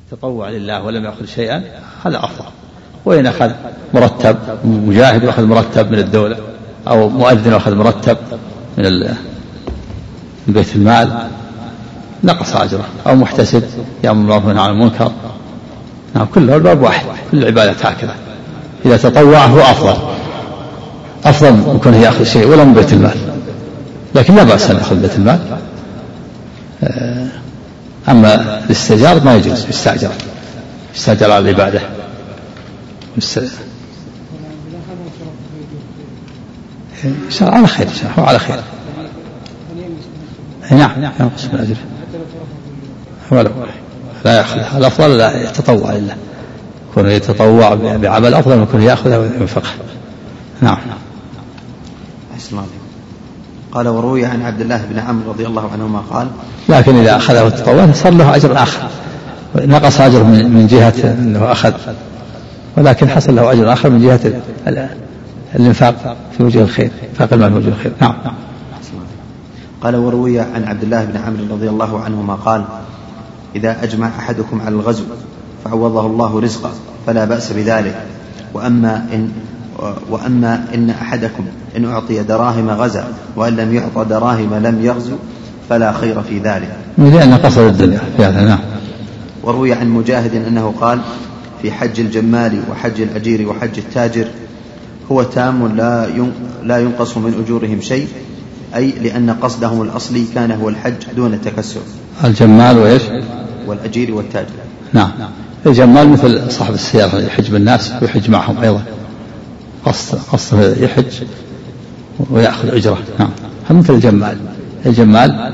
تطوع لله ولم يأخذ شيئا هذا أفضل. وإن أخذ مرتب مجاهد وأخذ مرتب من الدولة أو مؤذن وأخذ مرتب من بيت المال نقص أجره، أو محتسب يأمر بالمعروف وينهى عن المنكر. نعم كله الباب واحد، كل العبادات هكذا. إذا تطوع هو أفضل من يكون يأخذ شيء ولا من بيت المال، لكن لا بأس أن يأخذ بيت المال. أما الاستئجار ما يجوز، يستأجر على العبادة. على خير هو على خير. نعم ينقص من أجره ولو لا يأخذها. الأفضل لا يتطوع لله، يكون يتطوع بعمل أفضل من يكون يأخذها وينفقها. نعم. قال وروي عن عبد الله بن عمرو رضي الله عنهما قال لكن إذا أخذه التطوع صار له أجر آخر، نقص أجر من جهة أنه أخذ، ولكن حصل له أجر آخر من جهة الإنفاق في وجه الخير، إنفاق المال في وجه الخير. نعم. قال وروي عن عبد الله بن عمرو رضي الله عنهما قال إذا أجمع أحدكم على الغزو فعوضه الله رزقه فلا بأس بذلك، وأما إن أحدكم إن أعطي دراهم غزا وإن لم يعطى دراهم لم يغزو فلا خير في ذلك، لأن قصد الدنيا في هذا. نعم. وروي عن مجاهد أنه قال في حج الجمال وحج الأجير وحج التاجر هو تام لا ينقص من أجورهم شيء، أي لأن قصدهم الأصلي كان هو الحج دون التكسر. الجمال وإيش؟ والأجير والتاجر. نعم. الجمال مثل صاحب السيارة يحج بالناس ويحج معهم أيضا، قصده يحج ويأخذ أجره. نعم. مثل الجمال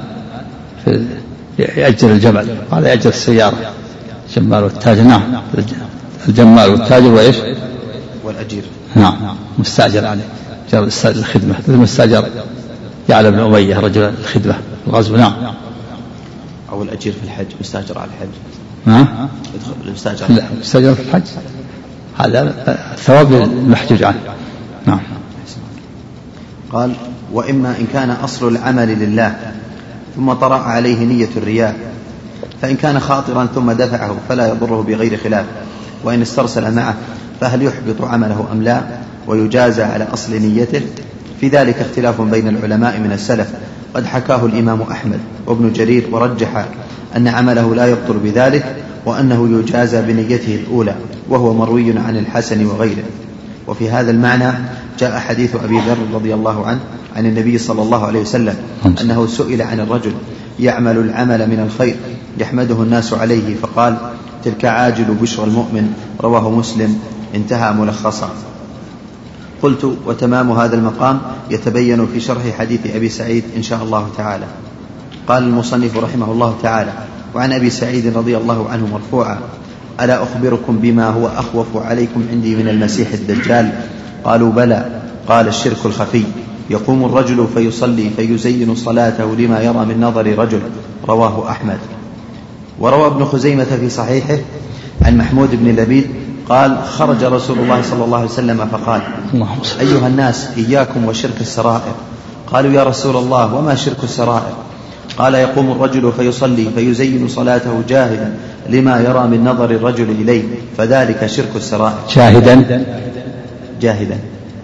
يأجر الجمل، هذا يأجر السيارة. الجمال والتاجر. نعم. الجمال والتاجر وإيش؟ والأجير. نعم. مستأجر عليه جر الخدمة، مثل مستأجر يعلى بن أمية رجل الخدمة الغزو. نعم. أو الأجير في الحج مستأجر على الحج. لا مستأجر في الحج هذا ثواب المحجوج عنه. نعم. قال وإما إن كان أصل العمل لله ثم طرأ عليه نية الرياء، فإن كان خاطرا ثم دفعه فلا يضره بغير خلاف، وإن استرسل معه فهل يحبط عمله أم لا، ويجازى على أصل نيته. في ذلك اختلاف بين العلماء من السلف، قد حكاه الإمام أحمد وابن جرير ورجح أن عمله لا يبطل بذلك، وأنه يجازى بنيته الأولى، وهو مروي عن الحسن وغيره. وفي هذا المعنى جاء حديث أبي ذر رضي الله عنه عن النبي صلى الله عليه وسلم أنه سئل عن الرجل يعمل العمل من الخير يحمده الناس عليه فقال تلك عاجل بشرى المؤمن، رواه مسلم. انتهى ملخصا. قلت وتمام هذا المقام يتبين في شرح حديث أبي سعيد إن شاء الله تعالى. قال المصنف رحمه الله تعالى وعن أبي سعيد رضي الله عنه مرفوعا ألا أخبركم بما هو أخوف عليكم عندي من المسيح الدجال؟ قالوا بلى. قال الشرك الخفي، يقوم الرجل فيصلي فيزين صلاته لما يرى من نظر رجل، رواه أحمد. وروى ابن خزيمة في صحيحه عن محمود بن لبيد قال خرج رسول الله صلى الله عليه وسلم فقال أيها الناس إياكم وشرك السرائر. قالوا يا رسول الله وما شرك السرائر؟ قال يقوم الرجل فيصلي فيزين صلاته جاهدا لما يرى من نظر الرجل إليه، فذلك شرك السرائر. جاهدا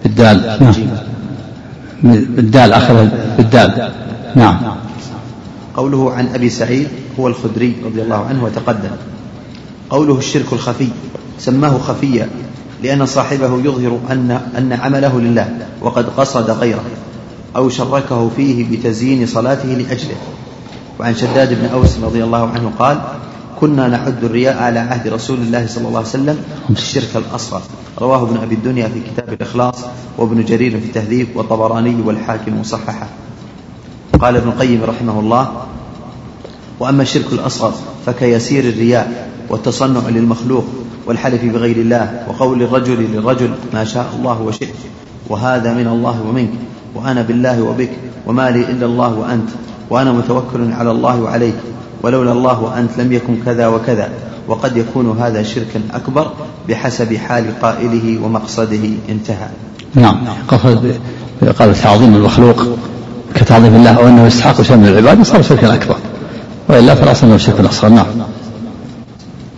بالدال أخذ بالدال. نعم. قوله عن أبي سعيد هو الخدري رضي الله عنه وتقدم. قوله الشرك الخفي سماه خفيا لأن صاحبه يظهر أن عمله لله وقد قصد غيره، أو شركه فيه بتزيين صلاته لأجله. وعن شداد بن أوس رضي الله عنه قال كنا نعد الرياء على عهد رسول الله صلى الله عليه وسلم الشرك الأصغر، رواه ابن أبي الدنيا في كتاب الإخلاص، وابن جرير في التهذيب، والطبراني والحاكم وصححه. قال ابن القيم رحمه الله وأما الشرك الأصغر فكيسير الرياء والتصنع للمخلوق والحلف بغير الله وقول الرجل للرجل ما شاء الله وشئت، وهذا من الله ومنك، وأنا بالله وبك، وما لي إلا الله وأنت، وأنا متوكل على الله وعليك، ولولا الله وأنت لم يكن كذا وكذا. وقد يكون هذا شركا أكبر بحسب حال قائله ومقصده. انتهى. نعم. قال تعظيم المخلوق كتعظيم الله وأنه يستحق شيء من العباد صار شركا أكبر، وإلا فالأصل أنه شرك أصغر. نعم.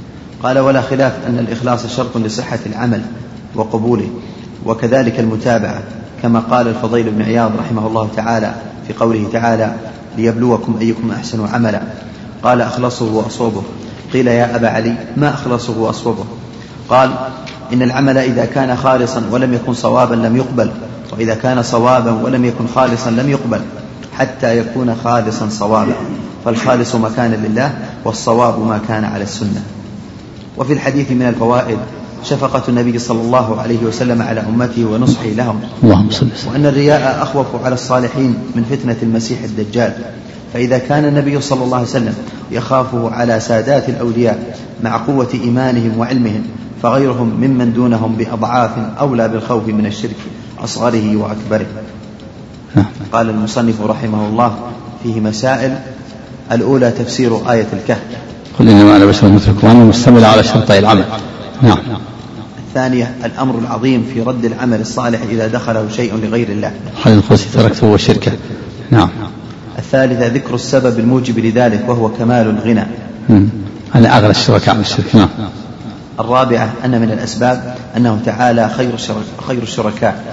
قال ولا خلاف أن الإخلاص شرط لصحة العمل وقبوله، وكذلك المتابعة، كما قال الفضيل بن عياض رحمه الله تعالى في قوله تعالى ليبلوكم أيكم أحسن عملا، قال أخلصه وأصوبه. قيل يا أبا علي ما أخلصه وأصوبه؟ قال إن العمل إذا كان خالصا ولم يكن صوابا لم يقبل، وإذا كان صوابا ولم يكن خالصا لم يقبل، حتى يكون خالصا صوابا، فالخالص ما كان لله والصواب ما كان على السنة. وفي الحديث من الفوائد شفقة النبي صلى الله عليه وسلم على أمته ونصحه لهم، وأن الرياء أخوف على الصالحين من فتنة المسيح الدجال، فإذا كان النبي صلى الله عليه وسلم يخافه على سادات الأولياء مع قوة إيمانهم وعلمهم، فغيرهم ممن دونهم بأضعاف أولى بالخوف من الشرك أصغره وأكبره. قال المصنف رحمه الله فيه مسائل: الأولى تفسير آية الكهف، قل إنما أنا بشر مثلكم وأنا مشتمل على شرطي العمل. نعم. الثانية الأمر العظيم في رد العمل الصالح إذا دخله شيء لغير الله، حال الخوص تركته والشركة. نعم. الثالثة ذكر السبب الموجب لذلك وهو كمال الغنى، أنا أغنى الشركاء عن الشرك. نعم. الرابعة أن من الأسباب أنه تعالى خير الشركاء.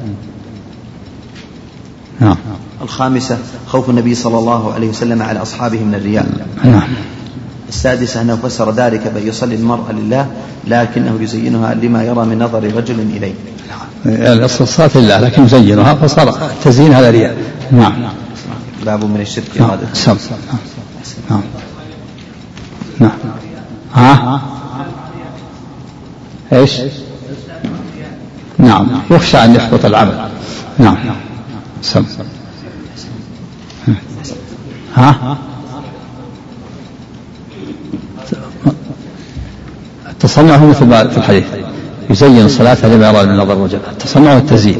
نعم. الخامسة خوف النبي صلى الله عليه وسلم على أصحابه من الرياء. نعم. السادسة أنه فسر ذلك بأن يصلي المرء لله لكنه يزينها لما يرى من نظر رجل إليه. الأصل الصلاة لله لكن يزينها فصار تزيين هذا رياء. نعم. باب من الشرك إرادة. نعم. نعم. ها ايش؟ نعم. يخشى أن يحبط العمل. نعم. سم. ها التصنع هو مثل ما في الحديث يزين صلاته لما يرى من نظر الرجل. التصنع والتزيين،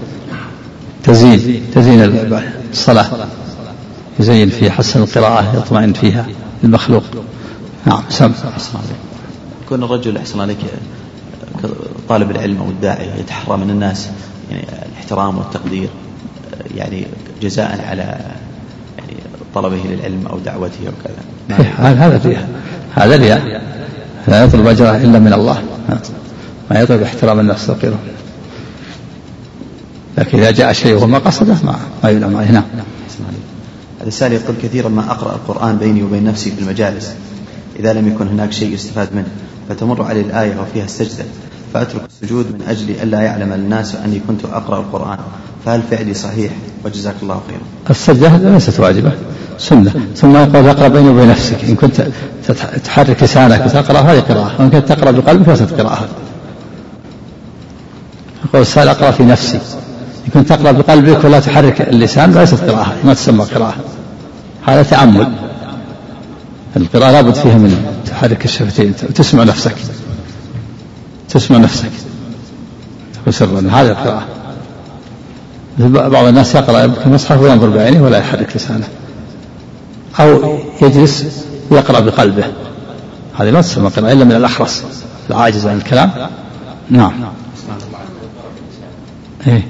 تزيين الصلاة، يزين فيها حسن القراءة، يطمئن فيها المخلوق. نعم. سم. يكون الرجل أحسن عليك طالب العلم أو الداعي يتحرى من الناس يعني الاحترام والتقدير، يعني جزاء على يعني طلبه للعلم أو دعوته أو كذا. هذا رياء، لا يطلب أجره إلا من الله، ما يطلب احترام الناس وقيره. لكن إذا جاء شيء وهو ما قصده ما يلام عليه. نعم. الرسالة يقول كثيرا ما أقرأ القرآن بيني وبين نفسي في المجالس إذا لم يكن هناك شيء يستفاد منه، فتمر علي الآية وفيها السجدة فأترك السجود من أجل ألا يعلم الناس أني كنت أقرأ القرآن، فهل فعلي صحيح؟ وجزاك الله خيرا. السجدة ليست واجبة، سنة. ثم يقول اقرأ بيني وبين نفسك، إن كنت تحرك لسانك وتقرأ هذه قراءة، وإن كنت تقرأ بقلبك فليست قراءة. يقول السائل اقرأ في نفسي، إن كنت تقرأ بقلبك ولا تحرك اللسان فليست قراءة، ما تسمى قراءة، هذا تأمل. القراءة لابد فيها من تحرك الشفتين وتسمع نفسك، تقول سرا هذه القراءة. بعض الناس يقرأ المصحف وينظر بعينه ولا يحرك لسانه، أو يجلس ويقرأ بقلبه، هذه لا تسمى قراءة إلا من الأخرس العاجز عن الكلام. نعم. إيه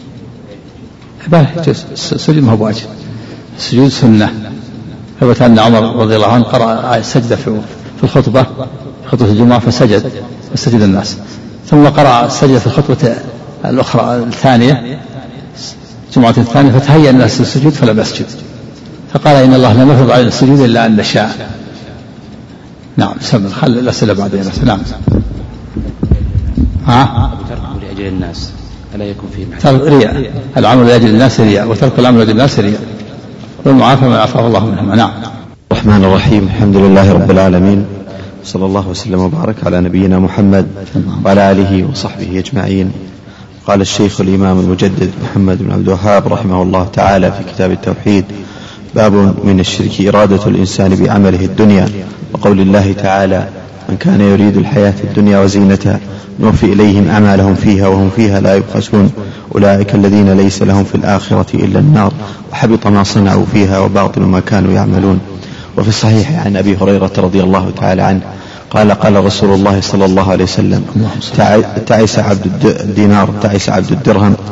السجود ما هو واجب، السجود سنة. ثبت أن عمر رضي الله عنه قرأ آية السجدة في الخطبة الجمعة فسجد الناس، ثم قرأ السجدة في الخطبة الأخرى الثانية الجمعة الثانية فتهيأ الناس للسجود فلم يسجد، فقال إن الله لم يفرض علينا السجود إلا أن نشاء. نعم. سمع خل الأسئلة بعدين. نعم. تركه لأجل الناس ألا يكون فيه محل رياء؟ العمل لأجل الناس رياء، وترك العمل لأجل الناس رياء، والمعافى ما عافاه الله منهما. نعم. الرحمن الرحيم. الحمد لله رب العالمين، صلى الله وسلم وبارك على نبينا محمد وعلى آله وصحبه أجمعين. قال الشيخ الإمام المجدد محمد بن عبد الوهاب رحمه الله تعالى في كتاب التوحيد: باب من الشرك إرادة الإنسان بعمله الدنيا، وقول الله تعالى: من كان يريد الحياة الدنيا وزينتها نوفي إليهم أعمالهم فيها وهم فيها لا يبخسون أولئك الذين ليس لهم في الآخرة إلا النار وحبط ما صنعوا فيها وباطل ما كانوا يعملون. وفي الصحيح عن أبي هريرة رضي الله تعالى عنه قال رسول الله صلى الله عليه وسلم: تعس عبد الدينار تعس عبد الدرهم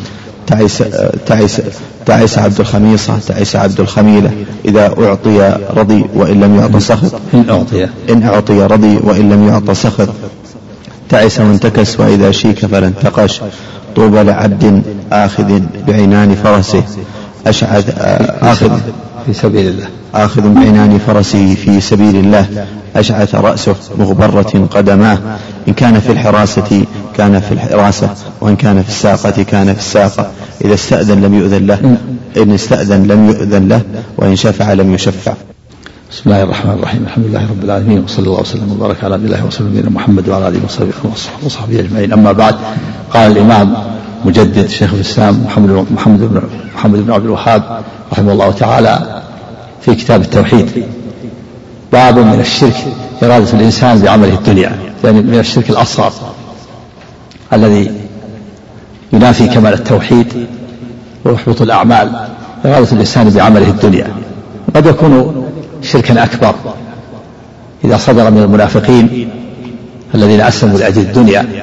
تعس عبد الخميصة، تعس عبد الخميلة، إذا أعطي رضي وإن لم يعط سخط، إن أعطي رضي وإن لم يعط سخط، تعس وانتكس وإذا شيك فلا انتقش، طوبى لعبد آخذ بعنان فرسه، أشعث آخذ في سبيل الله، آخذ بعنان فرسه في سبيل الله، أشعث رأسه مغبرة قدماه، إن كان في الحراسة كان في الحراسة، وإن كان في الساقة كان في الساقة، إذا استأذن لم يؤذن له، إن استأذن لم يؤذن له، وإن شفع لم يشفع. بسم الله الرحمن الرحيم، الحمد لله رب العالمين، وصلى الله وسلم وبارك على نبينا وسلم محمد وعلى آله وصحبه أجمعين. أما بعد، قال الإمام مجدد شيخ الإسلام محمد بن عبد الوهاب رحمه الله تعالى في كتاب التوحيد: باب من الشرك إرادة الإنسان بعمله الدنيا، يعني من الشرك الأصغر الذي ينافي كمال التوحيد ويحبط الأعمال، إرادة الإنسان بعمله الدنيا. قد يكون شركا أكبر إذا صدر من المنافقين الذين أسلموا لأجل الدنيا،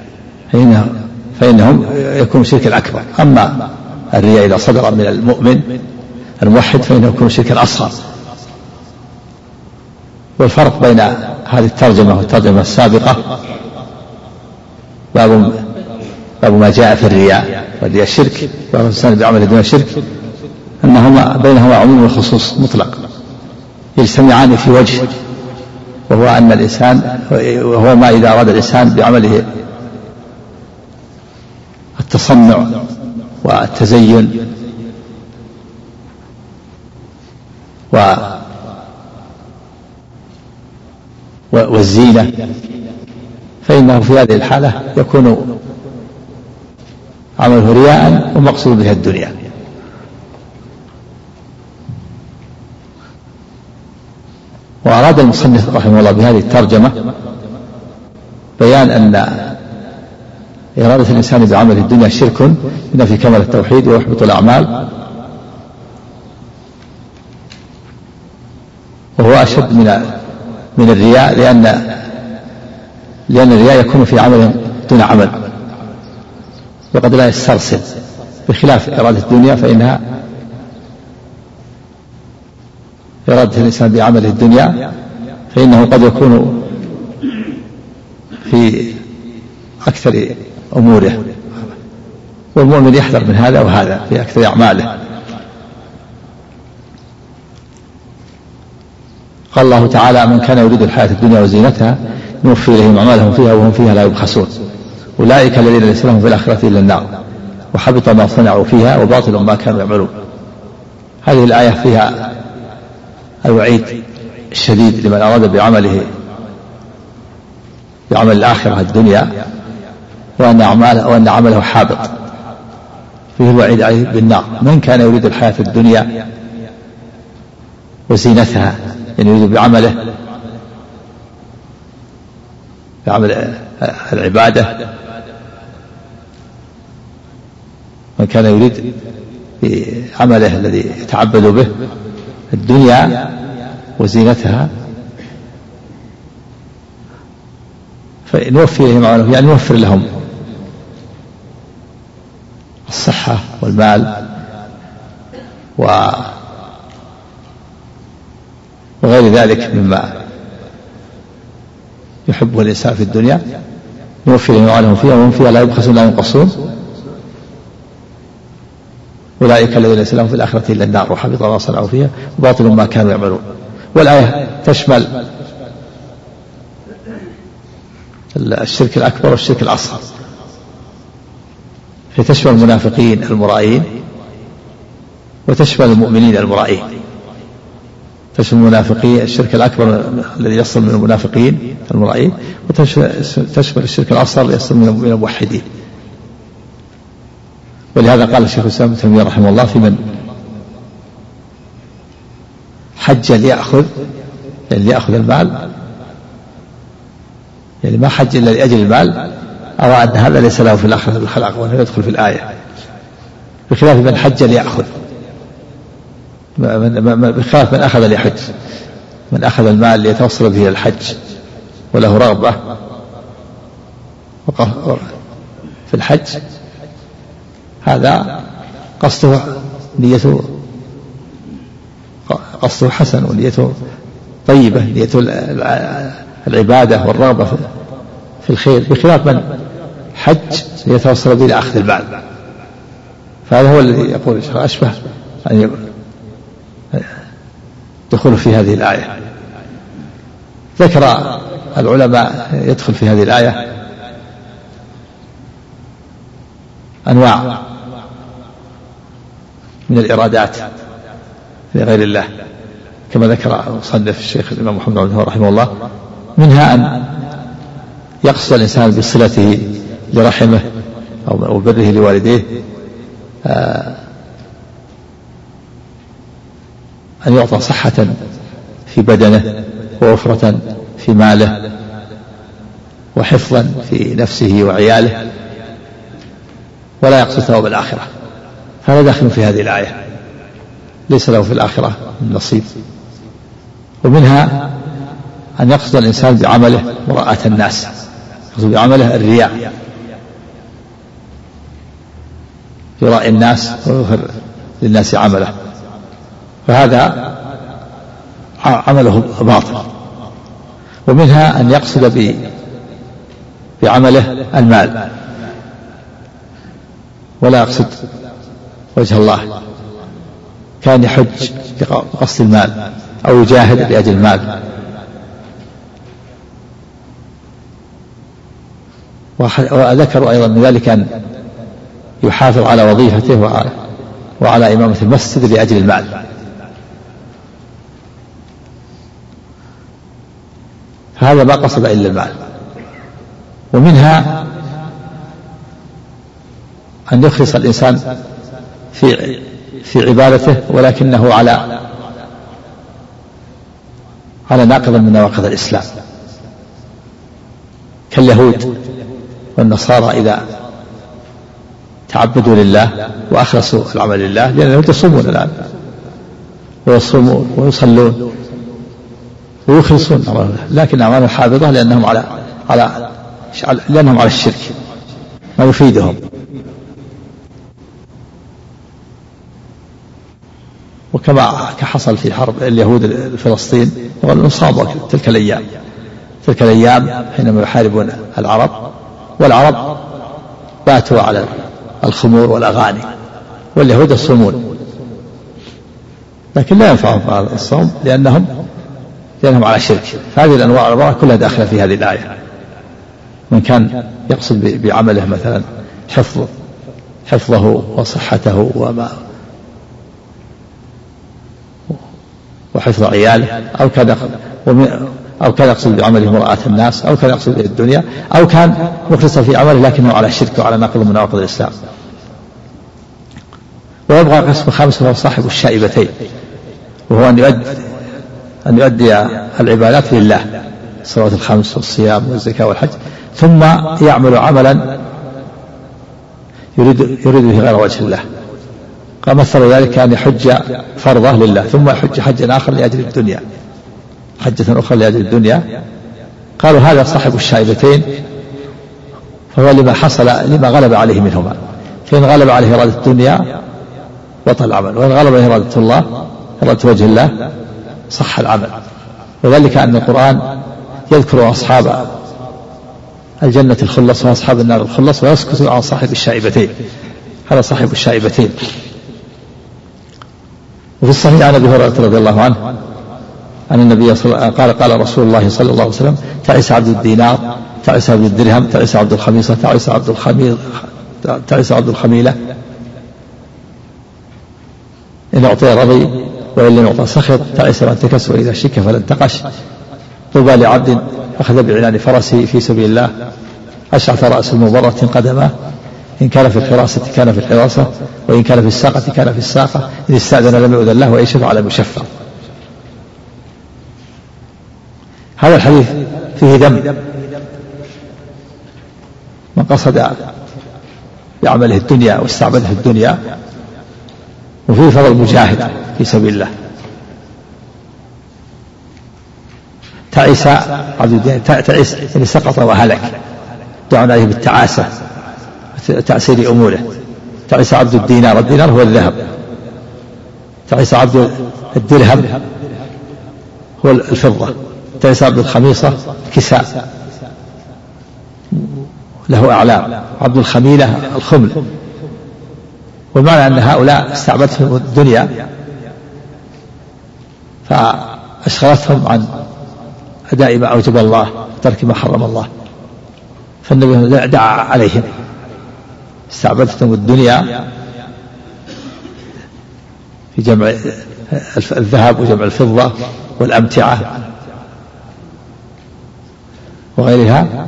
فإنهم يكون شركا أكبر. أما الرياء إذا صدر من المؤمن الموحد فإنه يكون شركا أصغر. والفرق بين هذه الترجمة والترجمة السابقة باب ما جاء في الرياء، والرياء شرك، والإنسان بعمل الدنيا شرك، أنهما بينهما عموم وخصوص مطلق يجتمعان في وجه، وهو أن الإنسان، وهو ما إذا أراد الإنسان بعمله التصنع والتزين والزينة، فإنه في هذه الحالة يكون عمله رياء ومقصود بها الدنيا. وأراد المصنف رحمه الله بهذه الترجمة بيان أن إرادة الإنسان بعمل الدنيا شرك ينافي كمال التوحيد ويحبط الأعمال، وهو أشد من الرياء، لأن الرياء يكون في عمل دون عمل وقد لا يسترسل، بخلاف إرادة الدنيا فإنها إرادة الإنسان بعمله الدنيا فإنه قد يكون في أكثر أموره، والمؤمن يحذر من هذا وهذا في أكثر أعماله. قال الله تعالى: من كان يريد الحياة الدنيا وزينتها نوفي إليهم أعمالهم فيها وهم فيها لا يبخسون، أولئك الذين ليس لهم في الآخرة إلا النار وحبط ما صنعوا فيها وباطل ما كانوا يعملون. هذه الآية فيها الوعيد الشديد لمن أراد بعمل الآخرة الدنيا وأن عمله حابط، فيه الوعيد عليه بالنار. من كان يريد الحياة الدنيا وزينتها، يعني يريد بعمل العبادة، من كان يريد بعمله الذي يتعبد به الدنيا وزينتها فنوفي إليهم أعمالهم، يعني نوفر لهم الصحة والمال وغير ذلك مما يحبه الإنسان في الدنيا، نوفي إليهم أعمالهم فيها وهم فيها لا يبخسون لا ينقصون، أولئك الذين ليس لهم في الآخرة إلا النار وحبط ما صنعوا فيها وباطل ما كانوا يعملون. والآية تشمل الشرك الأكبر والشرك الأصغر، فتشمل المنافقين المرائين وتشمل المؤمنين المرائين. تشمل المنافقين الشرك الأكبر الذي يصل من المنافقين المرائين، وتشمل الشرك الأصغر الذي يصل من الموحدين. ولهذا قال الشيخ الإسلام ابن تيمية رحمه الله: في من حج ليأخذ المال، يعني ما حج إلا لأجل المال، أرى أن هذا ليس له في الآخرة الخلاق وأنه يدخل في الآية، بخلاف من حج ليأخذ، بخلاف من أخذ ليحج، من أخذ المال ليتوصل به الحج وله رغبة في الحج هذا قصده نيته حسن، ونيته طيبة، نيته العبادة والرغبة في الخير، بخلاف من حج يتوصل به إلى أخذ المال. فهذا هو الذي يقول أشبه أن يدخل في هذه الآية. ذكر العلماء يدخل في هذه الآية أنواع من الإرادات لغير الله، كما ذكر مصنف الشيخ الإمام محمد بن عبد الوهاب رحمه الله. منها أن يقصد الإنسان بصلته لرحمه أو بره لوالديه أن يعطى صحة في بدنه، ووفرة في ماله، وحفظا في نفسه وعياله، ولا يقصد ثواب الآخرة. هذا داخل في هذه الآية، ليس له في الآخرة من نصيب. ومنها أن يقصد الإنسان بعمله مراءة الناس، يقصد بعمله الرياء، يراء الناس ويظهر للناس عمله، فهذا عمله باطل. ومنها أن يقصد بعمله المال، ولا يقصد وجه الله، كان يحج بقصد المال أو يجاهد لأجل المال. وذكروا أيضا من ذلك أن يحافظ على وظيفته وعلى إمامة المسجد لأجل المال. هذا ما قصد إلا المال. ومنها أن يخلص الإنسان في عبادته ولكنه على ناقض من نواقض الإسلام، كاليهود والنصارى إذا تعبدوا لله وأخلصوا العمل لله، لأن اليهود يصومون الآن ويصومون ويصلون ويخلصون عملهم، لكن أعمالهم حابطة لأنهم على الشرك ما يفيدهم. وكما كحصل في حرب اليهود الفلسطين، صاموا تلك الأيام حينما يحاربون العرب، والعرب باتوا على الخمور والأغاني، واليهود يصومون، لكن لا ينفعهم هذا الصوم لأنهم على شرك. فهذه الأنواع الأربعة كلها داخلة في هذه الآية. من كان يقصد بعمله مثلا حفظه وصحته وحفظ عياله، أو كان يقصد بعمله مراءة الناس، أو كان يقصد الدنيا، أو كان مخلصا في عمله لكنه على الشرك وعلى ناقض من نواقض الإسلام. ويبقى قسم خامس وهو صاحب الشائبتين، وهو أن يؤدي العبادات لله، الصلوات الخمس والصيام والزكاة والحج، ثم يعمل عملا يريد به غير وجه الله. قال مثل ذلك أن يحج فرضه لله ثم يحج حجا آخر لأجل الدنيا، حجة أخرى لأجل الدنيا. قالوا هذا صاحب الشائبتين، فهو لما غلب عليه منهما. فإن غلب عليه إرادة الدنيا بطل العمل، وإن غلب عليه إرادة الله، إرادة وجه الله، صح العمل. وذلك أن القرآن يذكر أصحاب الجنة الخلص وأصحاب النار الخلص، ويسكت عن صاحب الشائبتين. هذا صاحب الشائبتين. وفي الصحيح عن أبي هريرة رضي الله عنه أن النبي قال رسول الله صلى الله عليه وسلم: تعس عبد الدينار، تعس عبد الدرهم، تعس عبد الخميصة، تعس عبد الخميلة، إن أعطي رضي وإن لم يعطى سخط، تعس من تكس وإذا شك فلن تقش. طوبى لعبد أخذ بعنان فرسه في سبيل الله، أشعث رأس مبرة قدمه، إن كان في الحراسة كان في الحراسة، وإن كان في الساقة كان في الساقة، إذ استأذن لم يؤذن له، وإن شفع لم يشفع. هذا الحديث فيه ذم من قصد بعمله الدنيا واستعبده في الدنيا، وفيه فضل المجاهد في سبيل الله. تعس عبد الدين، تعس يعني سقط وهلك، دعونا عليه بالتعاسة، تأسير أموره. تعس عبد الدينار، الدينار هو الذهب، تعس عبد الدرهم هو الفضة، تعس عبد الخميصة الكساء له أعلام، عبد الخميلة الخمل. والمعنى أن هؤلاء استعبدتهم الدنيا فأشغلتهم عن أداء ما أوجب الله وترك ما حرم الله، فالنبي دعا عليهم: استعبدتم الدنيا في جمع الذهب وجمع الفضة والأمتعة وغيرها،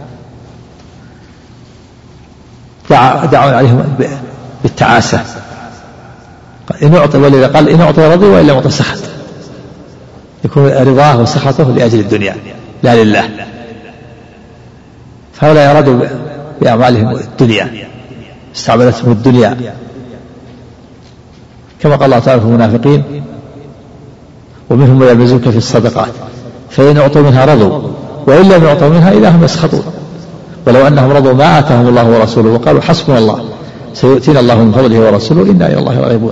دعوا عليهم بالتعاسة. إن أعطي ولذا قال: إن أعطي رضي وإن لم أعطي سخط، يكون رضاه وسخطه لأجل الدنيا لا لله. فهؤلاء أرادوا بأعمالهم الدنيا، استعبدتهم الدنيا، كما قال الله تعالى في المنافقين: ومنهم من يلمزوك في الصدقات فإن أعطوا منها رضوا وإن لم يعطوا منها إذا هم يسخطون ولو أنهم رضوا ما آتاهم الله ورسوله وقالوا حسبنا الله سيؤتينا الله من فضله ورسوله إنا إلى الله راغبون.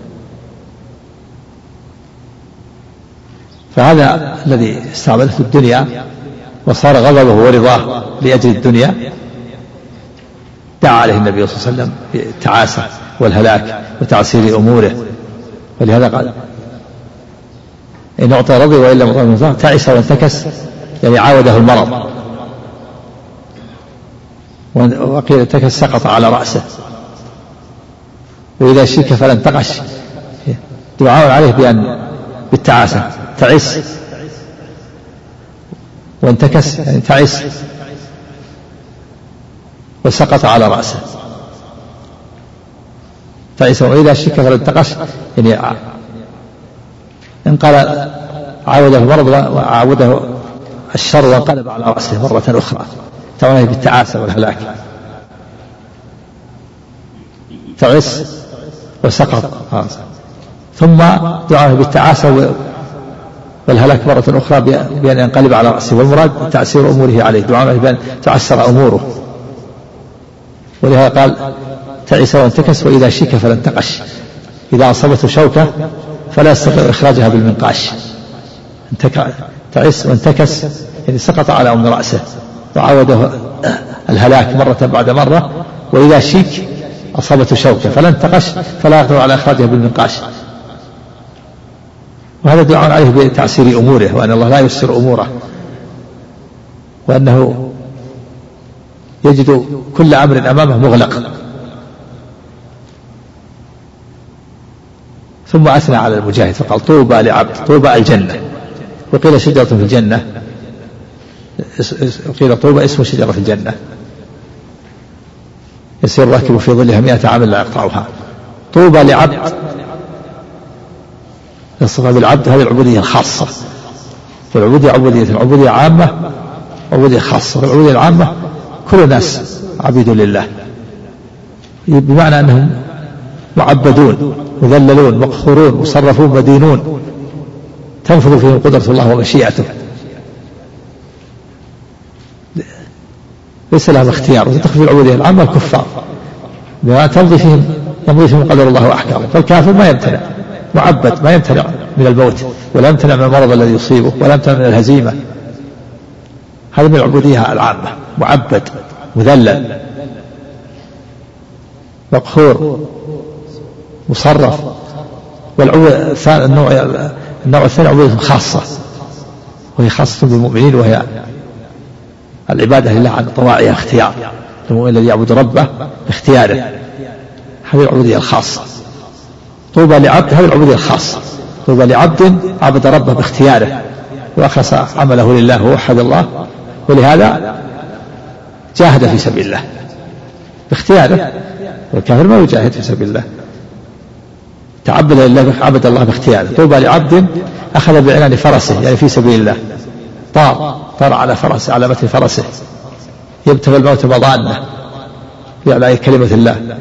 فهذا الذي استعبدته الدنيا وصار غضبه ورضاه لأجل الدنيا دعا عليه النبي صلى الله عليه وسلم بالتعاسة والهلاك وتعسير أموره. ولهذا قال: إن أعطى رضي وإن لم يعطى تعس وانتكس، يعني عاوده المرض، وقيل انتكس سقط على رأسه. وإذا شيك فلا انتقش، دعاء عليه بالتعاسة، تعس وانتكس يعني تعس وسقط على رأسه، تعس. وإذا شيك فلا انتقش يعني انقلب، عاوده المرض وعاوده الشر وانقلب على رأسه مرة أخرى، تعاني بالتعاسة والهلاك. تعس وسقط، ثم دعاه بالتعاسة والهلاك مرة أخرى بأن ينقلب على رأسه، والمراد تعسير أموره عليه، دعاه بأن تعسر أموره. ولهذا قال: تعس وانتكس وإذا شيك فلا انتقش، إذا أصابته شوكة فلا يستطيع إخراجها بالمنقاش. تعس وانتكس يعني سقط على أم رأسه وعاوده الهلاك مرة بعد مرة. وإذا شيك أصابته شوكة فلا انتقش فلا يقدر على إخراجها بالمنقاش. وهذا دعاء عليه بتعسير أموره، وأن الله لا يسر أموره، وأنه يجد كل أمر أمامه مغلق. ثم أثنى على المجاهد فقال: طوبى لعبد، طوبى الجنة، وقيل شجرة في الجنة، وقيل طوبى اسم شجرة في الجنة يسير الراكب في ظلها 100 عام لا يقطعها. طوبى لعبد يصف بالعبد هذه العبودية الخاصة، والعبودية عبودية عامة وعبودية خاصة. والعبودية العامة كل الناس عبيد لله، بمعنى أنهم معبدون مذللون مقهورون مصرفون مدينون، تنفذ فيهم قدرة الله ومشيئته، ليس لهم اختيار. وتدخل في العبودية العامة الكفار بما يمضي فيهم قدر الله وأحكامه. فالكافر ما يمتنع، معبد ما يمتنع من الموت، ولا يمتنع من المرض الذي يصيبه، ولا يمتنع من الهزيمة. هذا من العبودية العامة، معبد مذلل مقهور مصرف. النوع الثاني عبودية خاصة، وهي خاصة بالمؤمنين، وهي العبادة لله عن طواعية اختيار، المؤمن الذي يعبد ربه باختياره، هذه العبودية الخاصة. طوبى لعبد هذه العبودية الخاصة، طوبى لعبد عبد ربه باختياره وأخلص عمله لله ووحد الله، ولهذا جاهد في سبيل الله باختياره، والكافر ما يجاهد في سبيل الله، تعبد لله عبد الله باختياره. طوبى لعبد أخذ بعنان فرسه يعني في سبيل الله، طار على فرسه على متن فرسه يبتغي الموت مضانه بإعلاء كلمة الله.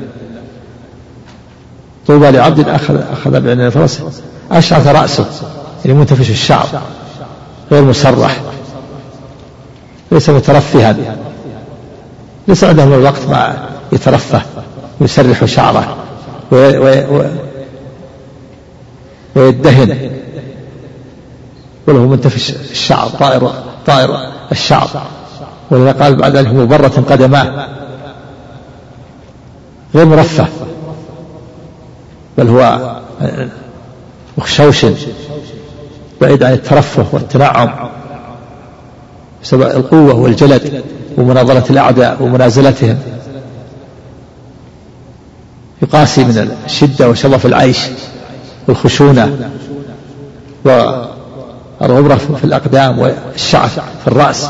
طوبى لعبد أخذ بعنان فرسه أشعث رأسه يعني منتفش الشعر غير مسرح، ليس مترفها، ليس عنده من الوقت ما يترفه ويسرح شعره ويدهن، وله منتفش الشعر طائر الشعر، ولذا قال بعد ذلك مبرة قدماه، غير مرفه بل هو مخشوش بعيد عن الترفه والتنعم بسبب القوة والجلد ومناظرة الأعداء ومنازلتهم، يقاسي من الشدة وشظف العيش والخشونة والغبرة في الأقدام والشعر في الرأس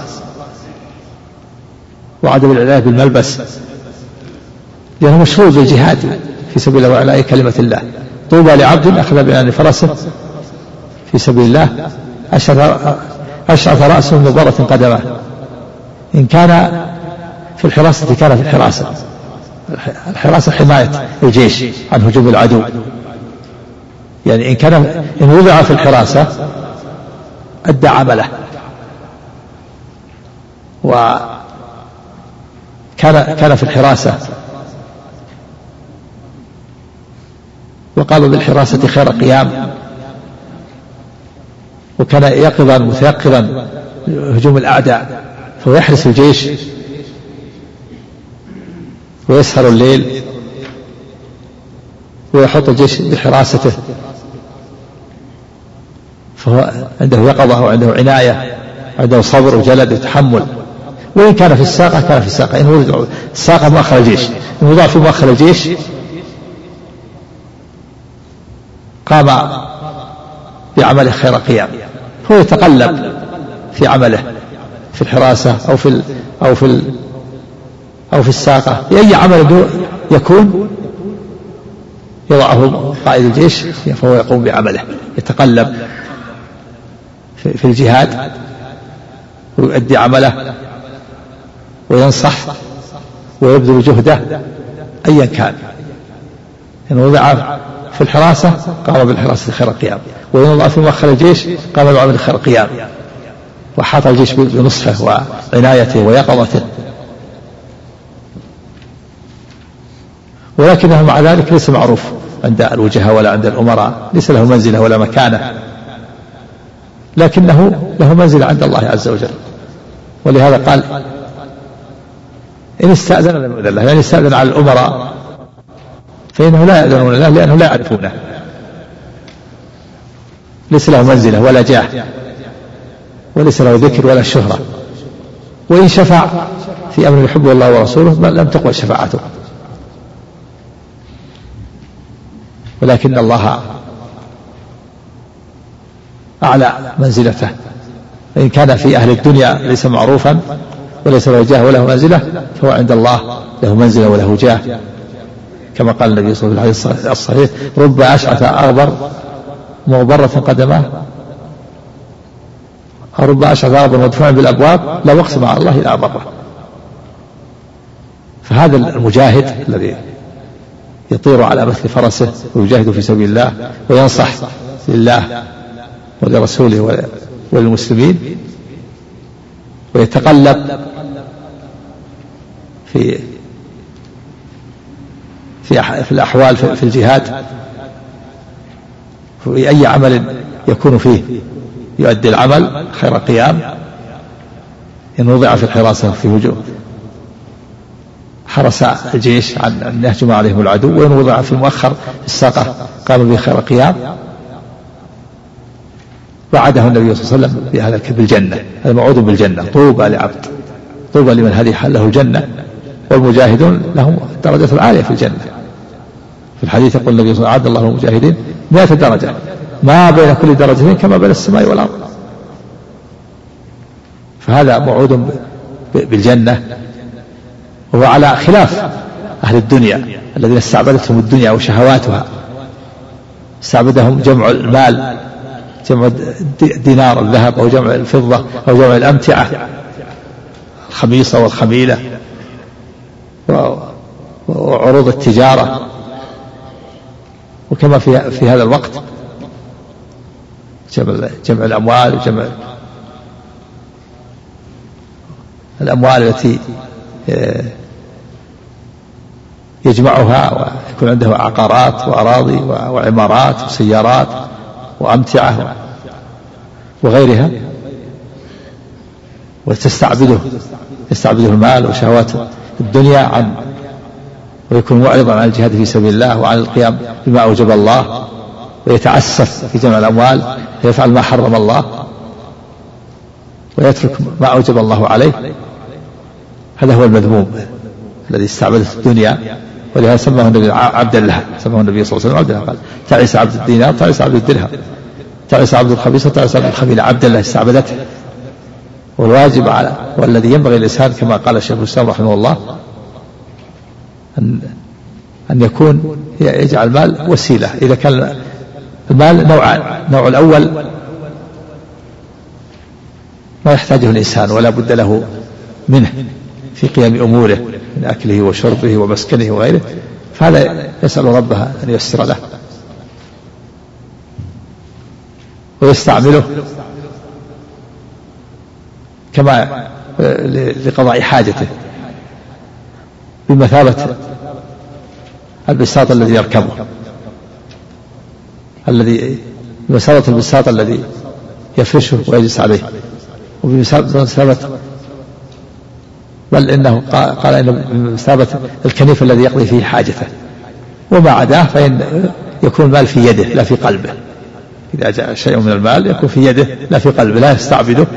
وعدم العناية بالملبس، لأنه مشغول بالجهاد في سبيل الله وعلاء كلمة الله. طوبى لعبد أخذ بعنان فرسه في سبيل الله أشعث رأسه مبرة قدمه. إن كان في الحراسة كان في الحراسة، الحراسة حماية الجيش عن هجوم العدو، يعني إن وضع في الحراسة أدى عمله، وكان في الحراسة وقام بالحراسة خير قيام، وكان يقظا متيقظا هجوم الأعداء، فهو يحرس الجيش ويسهر الليل ويحط الجيش بحراسته، فهو عنده يقظة وعنده عناية، عنده صبر وجلد وتحمل. وإن كان في الساقة كان في الساقة، إن وضع الساقة مؤخر الجيش، إن وضع في مؤخر الجيش قام بعمله خير قيام، هو يتقلب في عمله في الحراسة أو في الساقة، بأي عمل يكون يضعه قائد الجيش فهو يقوم بعمله، يتقلب في الجهاد ويؤدي عمله وينصح ويبذل جهده أيا كان. إن وضع في الحراسة قام بالحراسة خير قيام، وإن وضع في مؤخر الجيش قام بعمل خير قيام، وحاط الجيش بنصفه وعنايته ويقظته. ولكنه مع ذلك ليس معروف عند الوجهاء ولا عند الأمراء، ليس له منزلة ولا مكانة، لكنه له منزلة عند الله عز وجل. ولهذا قال إن استأذن لم يؤذن له، يعني استأذن على الأمراء فإنه لا يأذنون له لأنه لا يعرفونه، ليس له منزلة ولا جاه وليس له ذكر ولا شهرة. وإن شفع في أمر يحبه الله ورسوله لم تقبل شفاعته، ولكن الله أعلى منزلته. فإن كان في أهل الدنيا ليس معروفا وليس له جاه وله منزلة، فهو عند الله له منزلة وله جاه، كما قال النبي صلى الله عليه وسلم في الحديث الصحيح: رب أشعث أغبر مغبرة قدماه، رب أشعث أغبر مدفوع بالأبواب لا أقسم على الله إلا بره. فهذا المجاهد الذي يطير على مثل فرسه ويجاهد في سبيل الله وينصح لله ولرسوله وللمسلمين، ويتقلب في الأحوال في الجهاد، في أي عمل يكون فيه يؤدي العمل خير قيام. إن وضع في الحراسة في هجوم حرس الجيش عن أن يهجم عليهم العدو، وإن وضع في المؤخر في الساقة قام به خير قيام. وعده النبي صلى الله عليه وسلم بهذا بالجنة، الموعود بالجنة: طوبى لعبد، طوبى لمن هذه له الجنة، والمجاهدون لهم درجة العالية في الجنة. في الحديث يقول النبي صلى الله عليه وسلم: أعد الله للمجاهدين 100 درجة ما بين كل درجتين كما بين السماء والأرض. فهذا موعود بالجنة، وهو على خلاف أهل الدنيا الذين استعبدتهم الدنيا وشهواتها، استعبدهم جمع المال، جمع الدينار الذهب، أو جمع الفضة، أو جمع الأمتعة الخميصة والخميلة وعروض التجارة. وكما في هذا الوقت جمع الأموال وجمع الأموال التي يجمعها ويكون عنده عقارات وأراضي وعمارات وسيارات وأمتعة وغيرها، ويستعبده المال وشهوات الدنيا ويكون معرضا عن الجهاد في سبيل الله وعن القيام بما أوجب الله، ويتعسف في جمع الأموال ويفعل ما حرم الله ويترك ما أوجب الله عليه. هذا هو المذموم الذي استعبدت الدنيا. ولهذا سماه النبي عبدا لها، سماه النبي صلى الله عليه وسلم عبدا، قال تعس عبد الدينار تعس عبد الدرهم تعس عبد الخبيث تعس عبد الخبيث، عبدا لها استعبدته. والواجب والذي ينبغي الإنسان كما قال الشيخ الإسلام رحمه الله أن يكون يجعل المال وسيلة. إذا كان المال نوعان، النوع الأول ما يحتاجه الإنسان ولا بد له منه في قيام أموره من أكله وشربه ومسكنه وغيره، فهذا يسأل ربه أن ييسر له ويستعمله كما لقضاء حاجته بمثابة البساط الذي يركبه، بمثابة البساط الذي يفرشه ويجلس عليه، وبمثابة بل إنه قال إنه بمثابة الكنيف الذي يقضي فيه حاجته، وما عداه فإن يكون المال في يده لا في قلبه. إذا جاء شيء من المال يكون في يده لا في قلبه، لا يستعبده.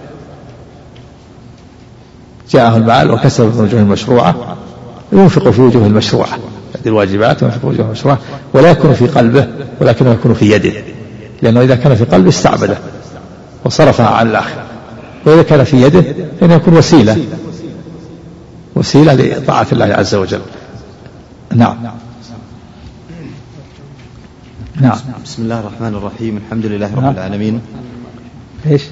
جاءه المال وكسب في وجوه المشروعة ينفق في وجوه المشروعة، هذه الواجبات ينفق في وجوه المشروعة، ولا يكون في قلبه ولكنه يكون في يده، لأنه إذا كان في قلبه استعبده وصرفها عن الآخر، وإذا كان في يده فإنه يكون وسيلة لطاعة الله عز وجل. نعم. بسم الله الرحمن الرحيم، الحمد لله رب العالمين. ايش؟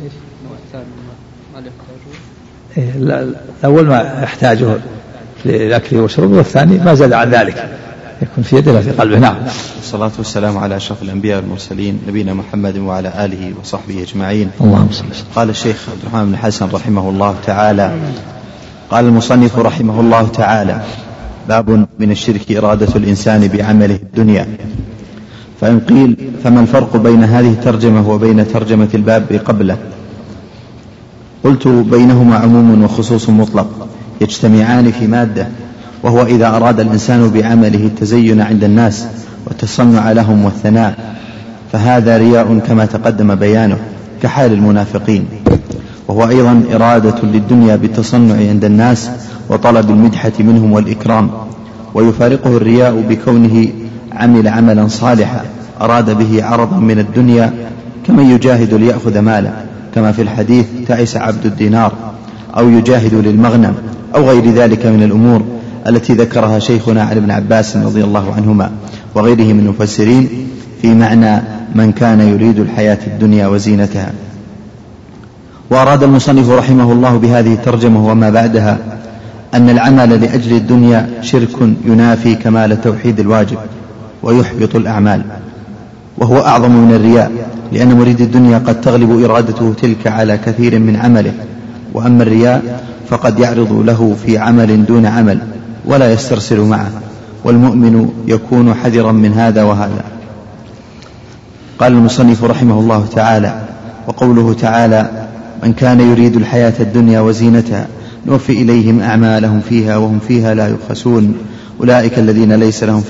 الأول ما يحتاجه للأكل والشرب، والثاني ما زاد عن ذلك يكون في يده في قلبه. نعم. والصلاة والسلام على أشرف الأنبياء والمرسلين نبينا محمد وعلى آله وصحبه أجمعين. اللهم صل وسلم. قال الشيخ عبد الرحمن بن حسن رحمه الله تعالى: قال المصنف رحمه الله تعالى: باب من الشرك إرادة الإنسان بعمله الدنيا. فإن قيل فما الفرق بين هذه الترجمة وبين ترجمة الباب قبله؟ قلت: بينهما عموم وخصوص مطلق يجتمعان في مادة، وهو إذا أراد الإنسان بعمله التزين عند الناس والتصنع لهم والثناء، فهذا رياء كما تقدم بيانه كحال المنافقين، وهو أيضا إرادة للدنيا بالتصنع عند الناس وطلب المدحة منهم والإكرام، ويفارقه الرياء بكونه عمل عملا صالحا أراد به عرضا من الدنيا كمن يجاهد ليأخذ مالا، كما في الحديث: تعس عبد الدينار، أو يجاهد للمغنم، أو غير ذلك من الأمور التي ذكرها شيخنا علي بن عباس رضي الله عنهما وغيره من المفسرين في معنى من كان يريد الحياة الدنيا وزينتها. وأراد المصنف رحمه الله بهذه الترجمة وما بعدها أن العمل لأجل الدنيا شرك ينافي كمال توحيد الواجب ويحبط الأعمال، وهو أعظم من الرياء، لأن مريد الدنيا قد تغلب إرادته تلك على كثير من عمله، وأما الرياء فقد يعرض له في عمل دون عمل ولا يسترسل معه، والمؤمن يكون حذرا من هذا وهذا. قال المصنف رحمه الله تعالى: وقوله تعالى: من كان يريد الحياة الدنيا وزينتها نوفي إليهم أعمالهم فيها وهم فيها لا يبخسون أولئك الذين ليس لهم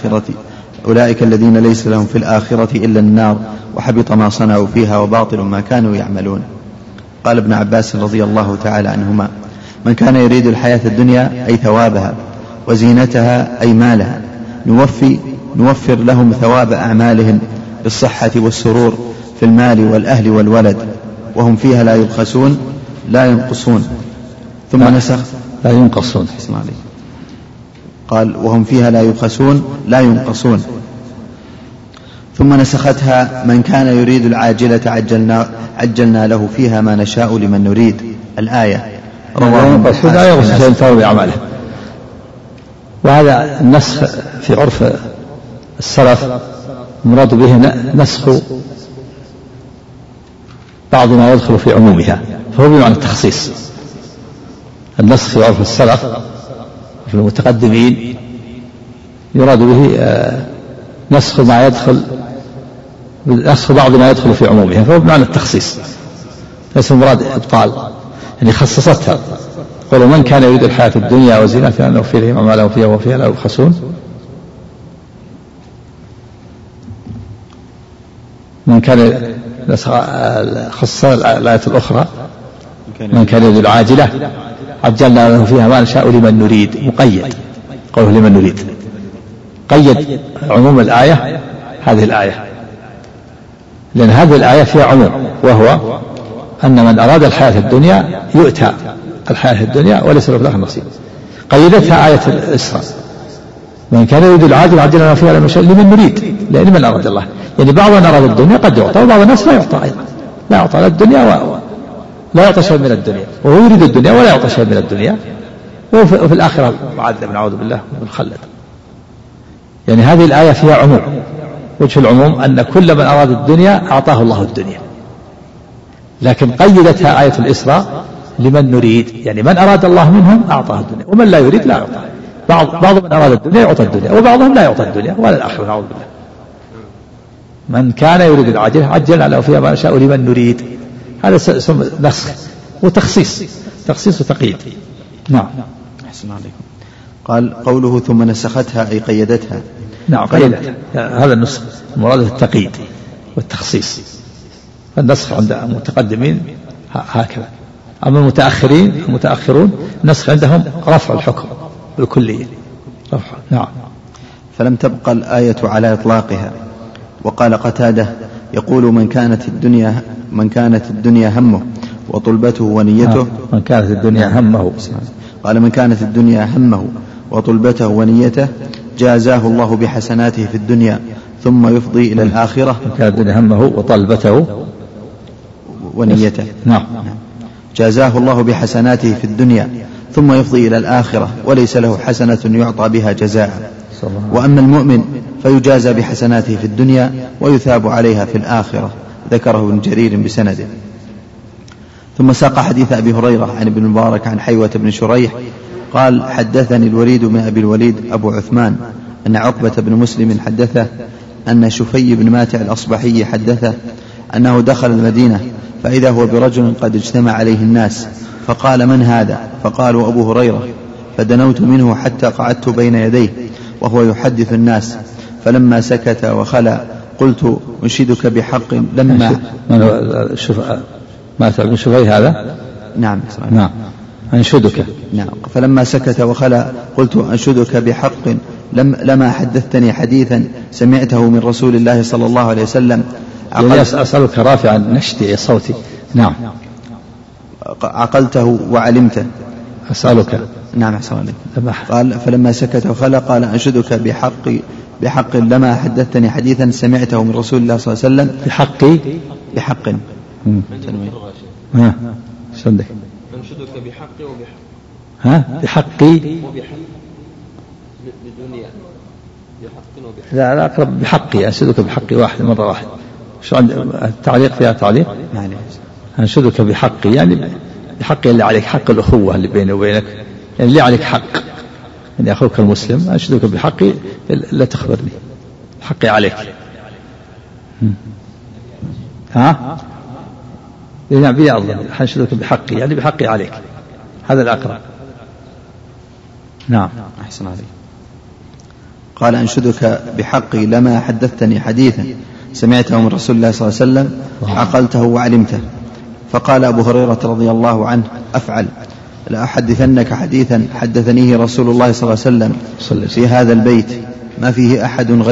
في الآخرة إلا النار وحبط ما صنعوا فيها وباطل ما كانوا يعملون. قال ابن عباس رضي الله تعالى عنهما: من كان يريد الحياة الدنيا أي ثوابها، وزينتها أي مالها، نوفر لهم ثواب أعمالهم بالصحة والسرور في المال والأهل والولد، وهم فيها لا يبخسون لا ينقصون. ثم نسخ لا ينقصون. قال: وهم فيها لا يبخسون لا ينقصون. ثم نسختها: من كان يريد العاجلة عجلنا له فيها ما نشاء لمن نريد. الآية. لا يغسل شيء ثواب أعماله. وهذا النسخ في عرف السلف مراد به نسخ بعض ما يدخل في عمومها، فهو بمعنى التخصيص. النسخ في عرف السلف في المتقدمين يراد به نسخ بعض ما يدخل في عمومها، فهو بمعنى التخصيص، ليس المراد إبطال، يعني خصصتها. قالوا من كان يريد الحياة الدنيا وزينتها نوفي إليهم أعمالهم فيها وفيها لا يبخسون. من كان خصصنا الآية الأخرى من كان يريد العاجلة عجلنا له فيها ما نشاء لمن نريد، مقيد قوله لمن نريد، قيد عموم الآية هذه الآية، لأن هذه الآية فيها عموم، وهو أن من أراد الحياة الدنيا يؤتى الحياة الدنيا وليس له في الآخرة نصيب. قيدتها آية الإسراء من كان يريد العاجل عجلنا له فيها لمن نريد، لأن من أراد الله، يعني بعض من أراد الدنيا قد يعطى، وبعض الناس لا يعطى أيضا، لا يعطى الدنيا لا يعطى شيء من الدنيا، وهو يريد الدنيا ولا يعطى شيء من الدنيا، وفي الآخرة معذب نعوذ بالله مخلد. يعني هذه الآية فيها عموم، وجه العموم أن كل من أراد الدنيا أعطاه الله الدنيا، لكن قيدتها آية الإسراء لمن نريد، يعني من أراد الله منهم أعطاه الدنيا، ومن لا يريد لا يعطى. بعض من أراد الدنيا يعطى الدنيا، وبعضهم لا يعطى الدنيا ولا الآخرة نعوذ بالله. من كان يريد العاجلة عجلنا له فيها ما نشاء لمن نريد، هذا اسم نسخ وتخصيص، تخصيص وتقييد. نعم. أحسن عليكم. قال قوله ثم نسختها أي قيدتها. نعم قيدتها، هذا النسخ المراد التقييد والتخصيص. النسخ عند المتقدمين هكذا، أما المتأخرون النسخ عندهم رفع الحكم بالكلية، رفع. نعم. فلم تبقى الآية على إطلاقها. وقال قتادة يقول من كانت الدنيا همه وطلبته ونيته. من كانت الدنيا همه. قال من كانت الدنيا همه وطلبته ونيته جازاه الله بحسناته في الدنيا ثم يفضي إلى الآخرة. من كانت الدنيا همه وطلبته ونيته. نعم. جازاه الله بحسناته في الدنيا ثم يفضي إلى الآخرة وليس له حسنة يعطى بها جزاء. وأما المؤمن فيجازى بحسناته في الدنيا ويثاب عليها في الآخرة. ذكره ابن جرير بسنده. ثم ساق حديث أبي هريرة عن ابن المبارك عن حيوة بن شريح قال حدثني الوليد بن أبي الوليد أبو عثمان أن عقبة بن مسلم حدثه أن شفي بن ماتع الأصبحي حدثه أنه دخل المدينة فإذا هو برجل قد اجتمع عليه الناس فقال من هذا؟ فقالوا أبو هريرة، فدنوت منه حتى قعدت بين يديه وهو يحدث الناس، فلما سكت وخلى قلت أنشدك بحق لما ماتع بن شفي هذا. نعم. أنشدك. نعم. فلما سكت وخلى قلت أنشدك بحق لما حدثتني حديثا سمعته من رسول الله صلى الله عليه وسلم. أسألك رافعا نشدي صوتي. نعم. عقلته وعلمته. أسألك. نعم. قال فلما سكت وخلى قال أنشدك بحق لما حدثتني حديثا سمعته من رسول الله صلى الله عليه وسلم. بحق. عندك أنشدك بحقي وبحق. بحقي وبحق بدنيا بحق وبحق. لا أقرب بحقي، أنشدك بحقي واحد مرة واحد. شو عند التعليق فيها تعليق؟ يعني أنشدك بحقي يعني بحقي اللي عليك، حق الأخوة اللي بيني وبينك، يعني اللي عليك حق، يعني أخوك المسلم أنشدك بحقي لا تخبرني، حقي عليك. نعم بيعظم أنشدك بحقي يعني بحقي عليك، هذا الأقرب. نعم. أحسن عليك. قال أنشدك بحقي لما حدثتني حديثا سمعته من رسول الله صلى الله عليه وسلم عقلته وعلمته. فقال أبو هريرة رضي الله عنه أفعل، لأحدثنك حديثا حدثنيه رسول الله صلى الله عليه وسلم في هذا البيت ما فيه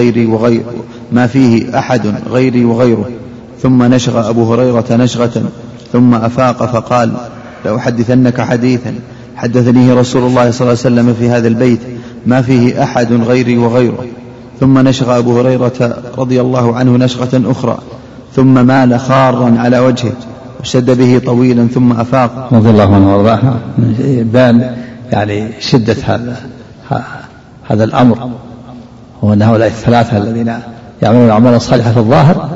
أحد غيري وغيره. ثم نشغ أبو هريرة نشغة ثم أفاق فقال لأحدثنك حديثا حدثنيه رسول الله صلى الله عليه وسلم في هذا البيت ما فيه أحد غيري وغيره. ثم نشغ أبو هريرة رضي الله عنه نشغة أخرى ثم مال خارا على وجهه وشد به طويلا ثم أفاق رضي الله عنه وارضاه. بان يعني شدة هذا الأمر، هو أن هؤلاء الثلاثة الذين يعملون أعمالا صالحة في الظاهر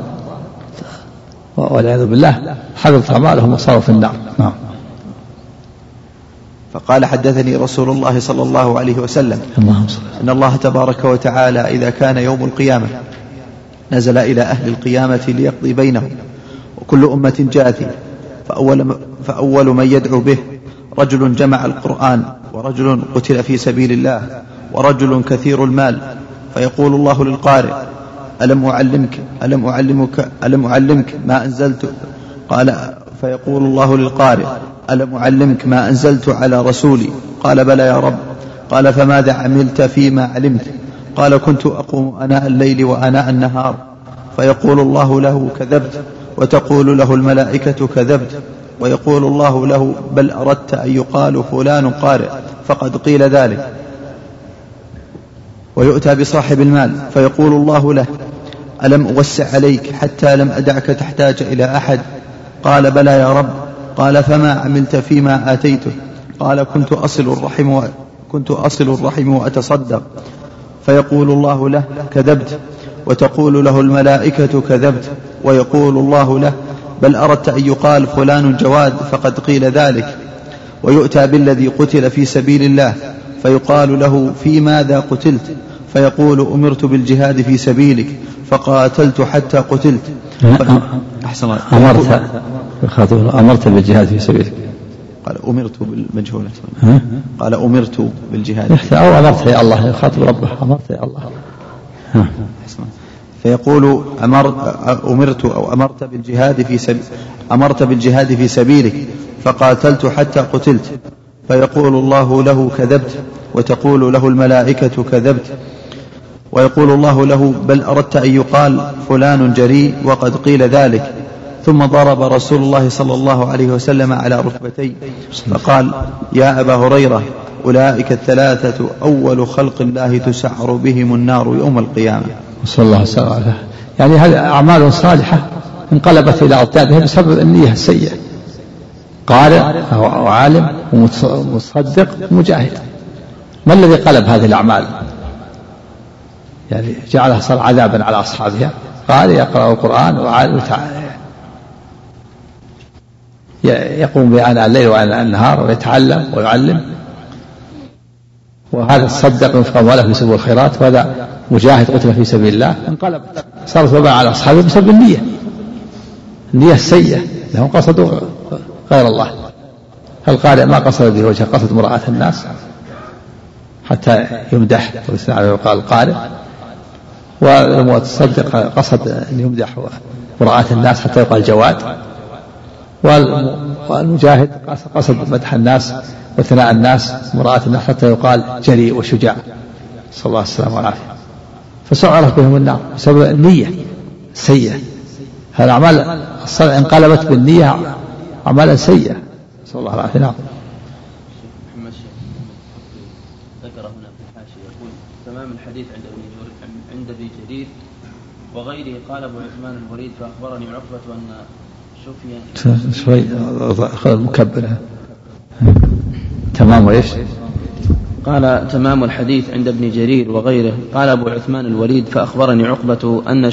والعياذ بالله حبطت أعمالهم وصاروا في النار. نعم. فقال حدثني رسول الله صلى الله عليه وسلم أن الله تبارك وتعالى إذا كان يوم القيامة نزل إلى أهل القيامة ليقضي بينهم وكل أمة جاثية، فأول من يدعو به رجل جمع القرآن ورجل قتل في سبيل الله ورجل كثير المال، فيقول الله للقارئ ألم أعلمك ما أنزلت؟ قال فيقول الله للقارئ ألم أعلمك ما أنزلت على رسولي؟ قال بلى يا رب. قال فماذا عملت فيما علمت؟ قال كنت أقوم أناء الليل وأناء النهار. فيقول الله له كذبت، وتقول له الملائكة كذبت، ويقول الله له بل أردت أن يقال فلان قارئ فقد قيل ذلك. ويؤتى بصاحب المال فيقول الله له ألم أوسع عليك حتى لم أدعك تحتاج إلى أحد؟ قال بلى يا رب. قال فما عملت فيما آتيته؟ قال كنت أصل الرحم وأتصدق. فيقول الله له كذبت، وتقول له الملائكة كذبت، ويقول الله له بل أردت أن يقال فلان جواد فقد قيل ذلك. ويؤتى بالذي قتل في سبيل الله فيقال له في ماذا قتلت؟ فيقول أمرت بالجهاد في سبيلك فقاتلت حتى قتلت. أمرت بالجهاد في سبيلك. قال أمرت بالمجهولة. قال أمرت بالجهاد أو أمرت يا الله، يخاطب ربه أمرت يا الله. فيقول أمرت بالجهاد في سبيلك فقاتلت حتى قتلت. فيقول الله له كذبت، وتقول له الملائكة كذبت، ويقول الله له بل أردت أن يقال فلان جريء وقد قيل ذلك. ثم ضرب رسول الله صلى الله عليه وسلم على ركبتيه فقال يا أبا هريرة أولئك الثلاثة أول خلق الله تسعر بهم النار يوم القيامة. صلى الله عليه وسلم. يعني هذه أعمال صالحة انقلبت إلى أضدادها بسبب النية السيئة. قارئ أو عالم ومصدق ومجاهد. ما الذي قلب هذه الأعمال؟ يعني جعلها صار عذابا على أصحابها. قارئ يقرأ القرآن وعالم يقوم بآناء الليل وآناء النهار ويتعلم ويعلم، وهذا تصدق وينفق أمواله في سبيل الخيرات، وهذا مجاهد قتل في سبيل الله. انقلبت صارت وباء على أصحابه بسبب النية السيئة، لهم قصدوا غير الله. القارئ ما قصد به وجه، قصد مراءة الناس حتى يمدح ويقال القارئ، والمتصدق قصد أن يمدح مراءة الناس حتى يقال جواد، والمجاهد قصد مدح الناس وثناء الناس مراءة الناس حتى يقال جريء وشجاع، صلى الله عليه وسلم والعافية. فسعرت بهم النار بسبب النية السيئة. هالأعمال الصالحة انقلبت بالنية أعمالا سيئة، صلى الله عليه وسلم. نعم. ذكر هنا في الحاشية يقول تمام الحديث عند ابن جرير وغيره قال أبو عثمان الوليد فأخبرني عقبة أن شوي مكبرة. تمام وإيش؟ قال تمام الحديث عند ابن جرير وغيره قال أبو عثمان الوليد فأخبرني عقبة أن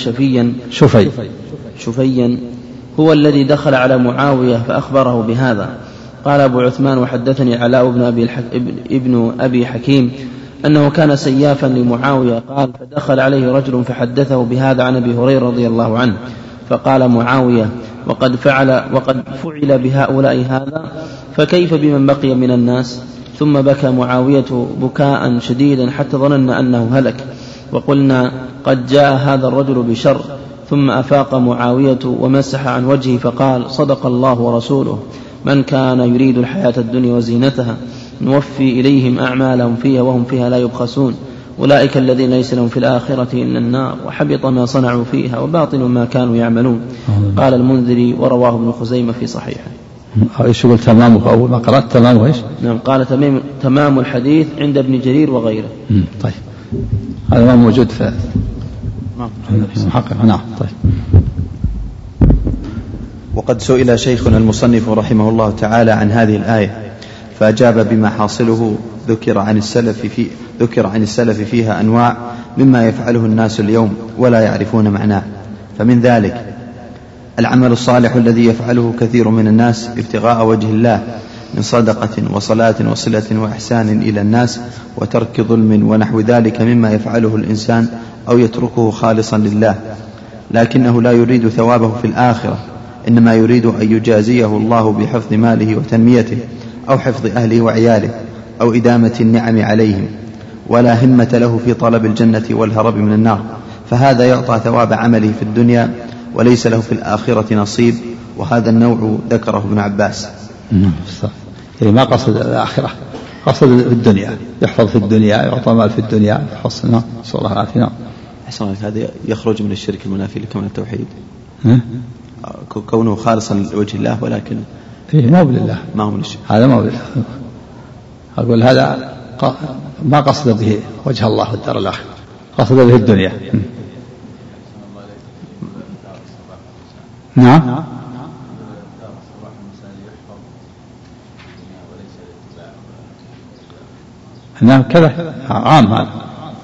شفيا هو الذي دخل على معاوية فأخبره بهذا. قال أبو عثمان وحدثني علاء ابن أبي حكيم أنه كان سيافا لمعاوية قال فدخل عليه رجل فحدثه بهذا عن أبي هريرة رضي الله عنه، فقال معاوية وقد فعل بهؤلاء هذا فكيف بمن بقي من الناس؟ ثم بكى معاوية بكاء شديدا حتى ظننا أنه هلك، وقلنا قد جاء هذا الرجل بشر. ثم أفاق معاوية ومسح عن وجهه فقال صدق الله ورسوله من كان يريد الحياة الدنيا وزينتها نوفي إليهم أعمالهم فيها وهم فيها لا يبخسون أولئك الذين ليس لهم في الآخرة إلا النار وحبط ما صنعوا فيها وباطل ما كانوا يعملون. قال المنذري ورواه ابن خزيمة في صحيحه. ايش يقول تمامه أول ما قرأت تمامه ايش؟ نعم قال تمام الحديث عند ابن جرير وغيره. طيب هذا ما موجود في محقق. نعم طيب. وقد سئل شيخنا المصنف رحمه الله تعالى عن هذه الآية فأجاب بما حاصله ذكر عن السلف فيها أنواع مما يفعله الناس اليوم ولا يعرفون معناه. فمن ذلك العمل الصالح الذي يفعله كثير من الناس ابتغاء وجه الله من صدقة وصلاة وصلة وإحسان إلى الناس وترك ظلم ونحو ذلك مما يفعله الإنسان أو يتركه خالصا لله، لكنه لا يريد ثوابه في الآخرة، إنما يريد أن يجازيه الله بحفظ ماله وتنميته أو حفظ أهله وعياله أو إدامة النعم عليهم، ولا همة له في طلب الجنة والهرب من النار، فهذا يعطى ثواب عمله في الدنيا وليس له في الآخرة نصيب. وهذا النوع ذكره ابن عباس. يعني ما قصد الآخرة، قصد في الدنيا، يحفظ في الدنيا، يعطى مال في الدنيا، يحصل. نعم صلى الله عليه. نعم. هذا يخرج من الشرك المنافي لكمال التوحيد، كونه خالصا لوجه الله، ولكن فيه ما هو لله، ما هو للشرك، هذا ما هو لله. أقول هذا ما قصد به وجه الله والدار الآخرة، قصد به الدنيا. نعم. نعم كذا عام هذا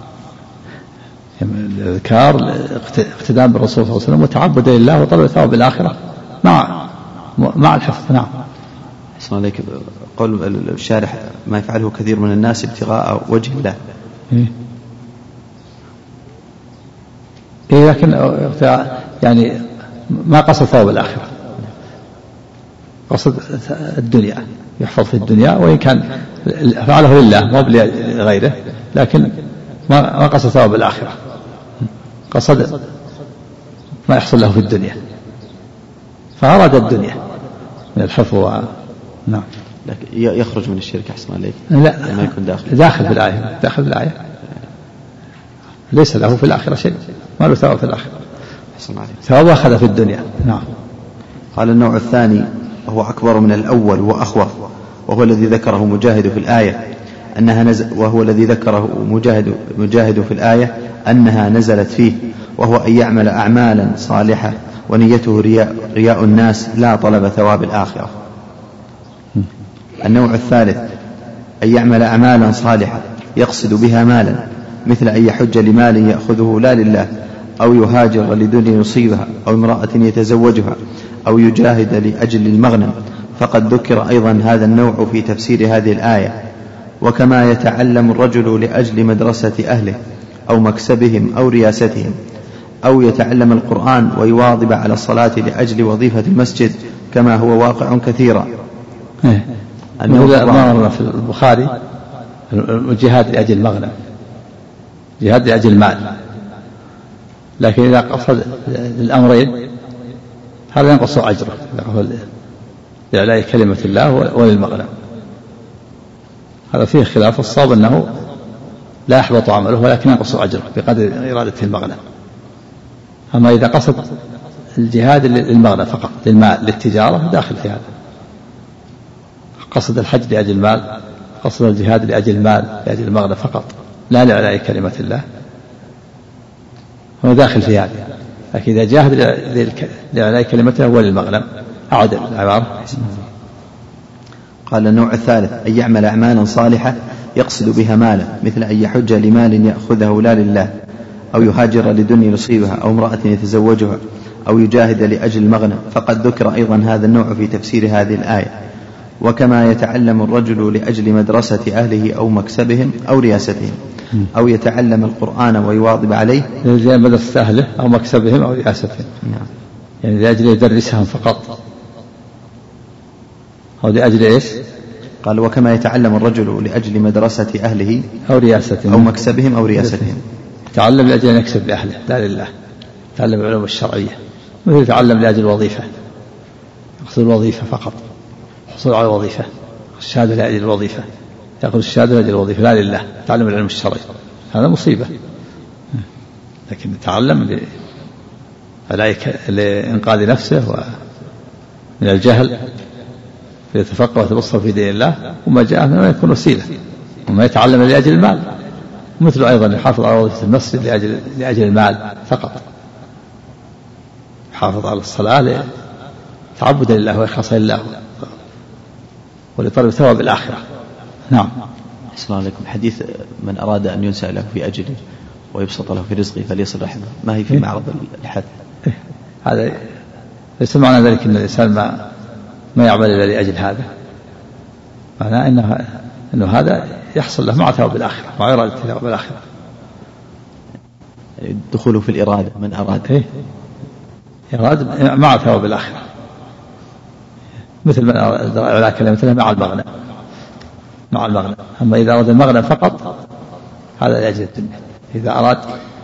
الذكار اقتداء بالرسول صلى الله عليه وسلم وتعبد لله وطلب ثواب الآخرة مع الحفظ. نعم. أحسن عليك. قول الشارح ما يفعله كثير من الناس ابتغاء وجه الله. لكن يعني ما قصد ثواب الآخرة، قصد الدنيا، يحفظ في الدنيا، وإن كان فعله لله ما لغيره، لكن ما قصد ثواب الآخرة، قصد ما يحصل له في الدنيا، فأراد الدنيا من الحفظ. نعم. لكن يخرج من الشرك أحسن عليك. لا، ما يكون داخل في الآية، داخل في الآية، ليس له في الآخرة شيء، ما له ثواب في الآخرة، ثواب أخذ في الدنيا. نعم. قال النوع الثاني وهو أكبر من الأول وأخوف، وهو الذي ذكره مجاهد في الآية في الآية أنها نزلت فيه، وهو أن يعمل أعمالا صالحة ونيته رياء الناس لا طلب ثواب الآخرة. النوع الثالث أن يعمل أعمالا صالحة يقصد بها مالا، مثل أن يحج لمال يأخذه لا لله، أو يهاجر لدنيا يصيبها، أو امرأة يتزوجها، أو يجاهد لأجل المغنم، فقد ذكر أيضا هذا النوع في تفسير هذه الآية. وكما يتعلم الرجل لأجل مدرسة أهله أو مكسبهم أو رياستهم، أو يتعلم القرآن ويواظب على الصلاة لأجل وظيفة المسجد، كما هو واقع كثيرا. ما في البخاري الجهاد لأجل المغنم، جهاد لأجل المال، لكن إذا قصد الأمرين هذا ينقص أجره لإعلاء كلمة الله وللمغنم. هذا فيه خلاف، الصواب أنه لا يحبط عمله ولكن ينقص أجره بقدر إرادته المغنم. أما إذا قصد الجهاد للمغنم فقط، للمال، للتجارة، داخل في هذا. قصد الحج لأجل المال، قصد الجهاد لأجل المال لأجل المغنم فقط، لا لإعلاء كلمة الله، هو داخل في هذا. لكن إذا جاهد لإعلاء كلمته وللمغنم أعد العبارة. قال النوع الثالث أن يعمل أعمالا صالحة يقصد بها مالا، مثل أن يحج لمال يأخذه لا لله، أو يهاجر لدنيا يصيبها، أو امرأة يتزوجها، أو يجاهد لأجل المغنم، فقد ذكر أيضا هذا النوع في تفسير هذه الآية. وكما يتعلم الرجل لأجل مدرسة أهله أو مكسبهم أو رياستهم، أو يتعلم القرآن ويواظب عليه، زي مدرسة أهله أو مكسبهم أو رياستهم. يعني لأجل يدرسهم فقط، أو لأجل إيش؟ قال وكما يتعلم الرجل لأجل مدرسة أهله أو رياستهم أو مكسبهم أو رياستهم. يتعلم لأجل أن يكسب لأهله لا لله، يتعلم العلوم الشرعية، مثل يتعلم لأجل الوظيفة، يقصد الوظيفة فقط، يحصل على الوظيفة، الشهادة لأجل الوظيفة، يأخذ الشهادة لأجل الوظيفة لا لله، يتعلم العلم الشرعي، هذا مصيبة. لكن يتعلم لإنقاذ نفسه من الجهل، يتفقه ويتبصر في دين الله، وما جاء منه يكون وسيلة. وما يتعلم لأجل المال، مثل أيضا يحافظ على وظيفة المسجد لأجل المال فقط، يحافظ على الصلاة تعبدا لله وإخلاصا لله ولطلب ثواب الآخرة. نعم. السلام عليكم. حديث من أراد أن ينسى له في أجله ويبسط له في رزقه فليصل رحمه، ما هي في معرض الحد؟ هذا ليس معنى ذلك أن الإنسان ما يعمل إلا لأجل هذا، معناه أنه هذا يحصل له مع ثواب الآخرة، مع إرادة ثواب الآخرة. دخوله في الإرادة من أراد إرادة مع ثواب الآخرة، مثل من أراد كلمة مع المغنم. أما إذا أراد المغنم فقط هذا لأجل الدنيا. إذا أراد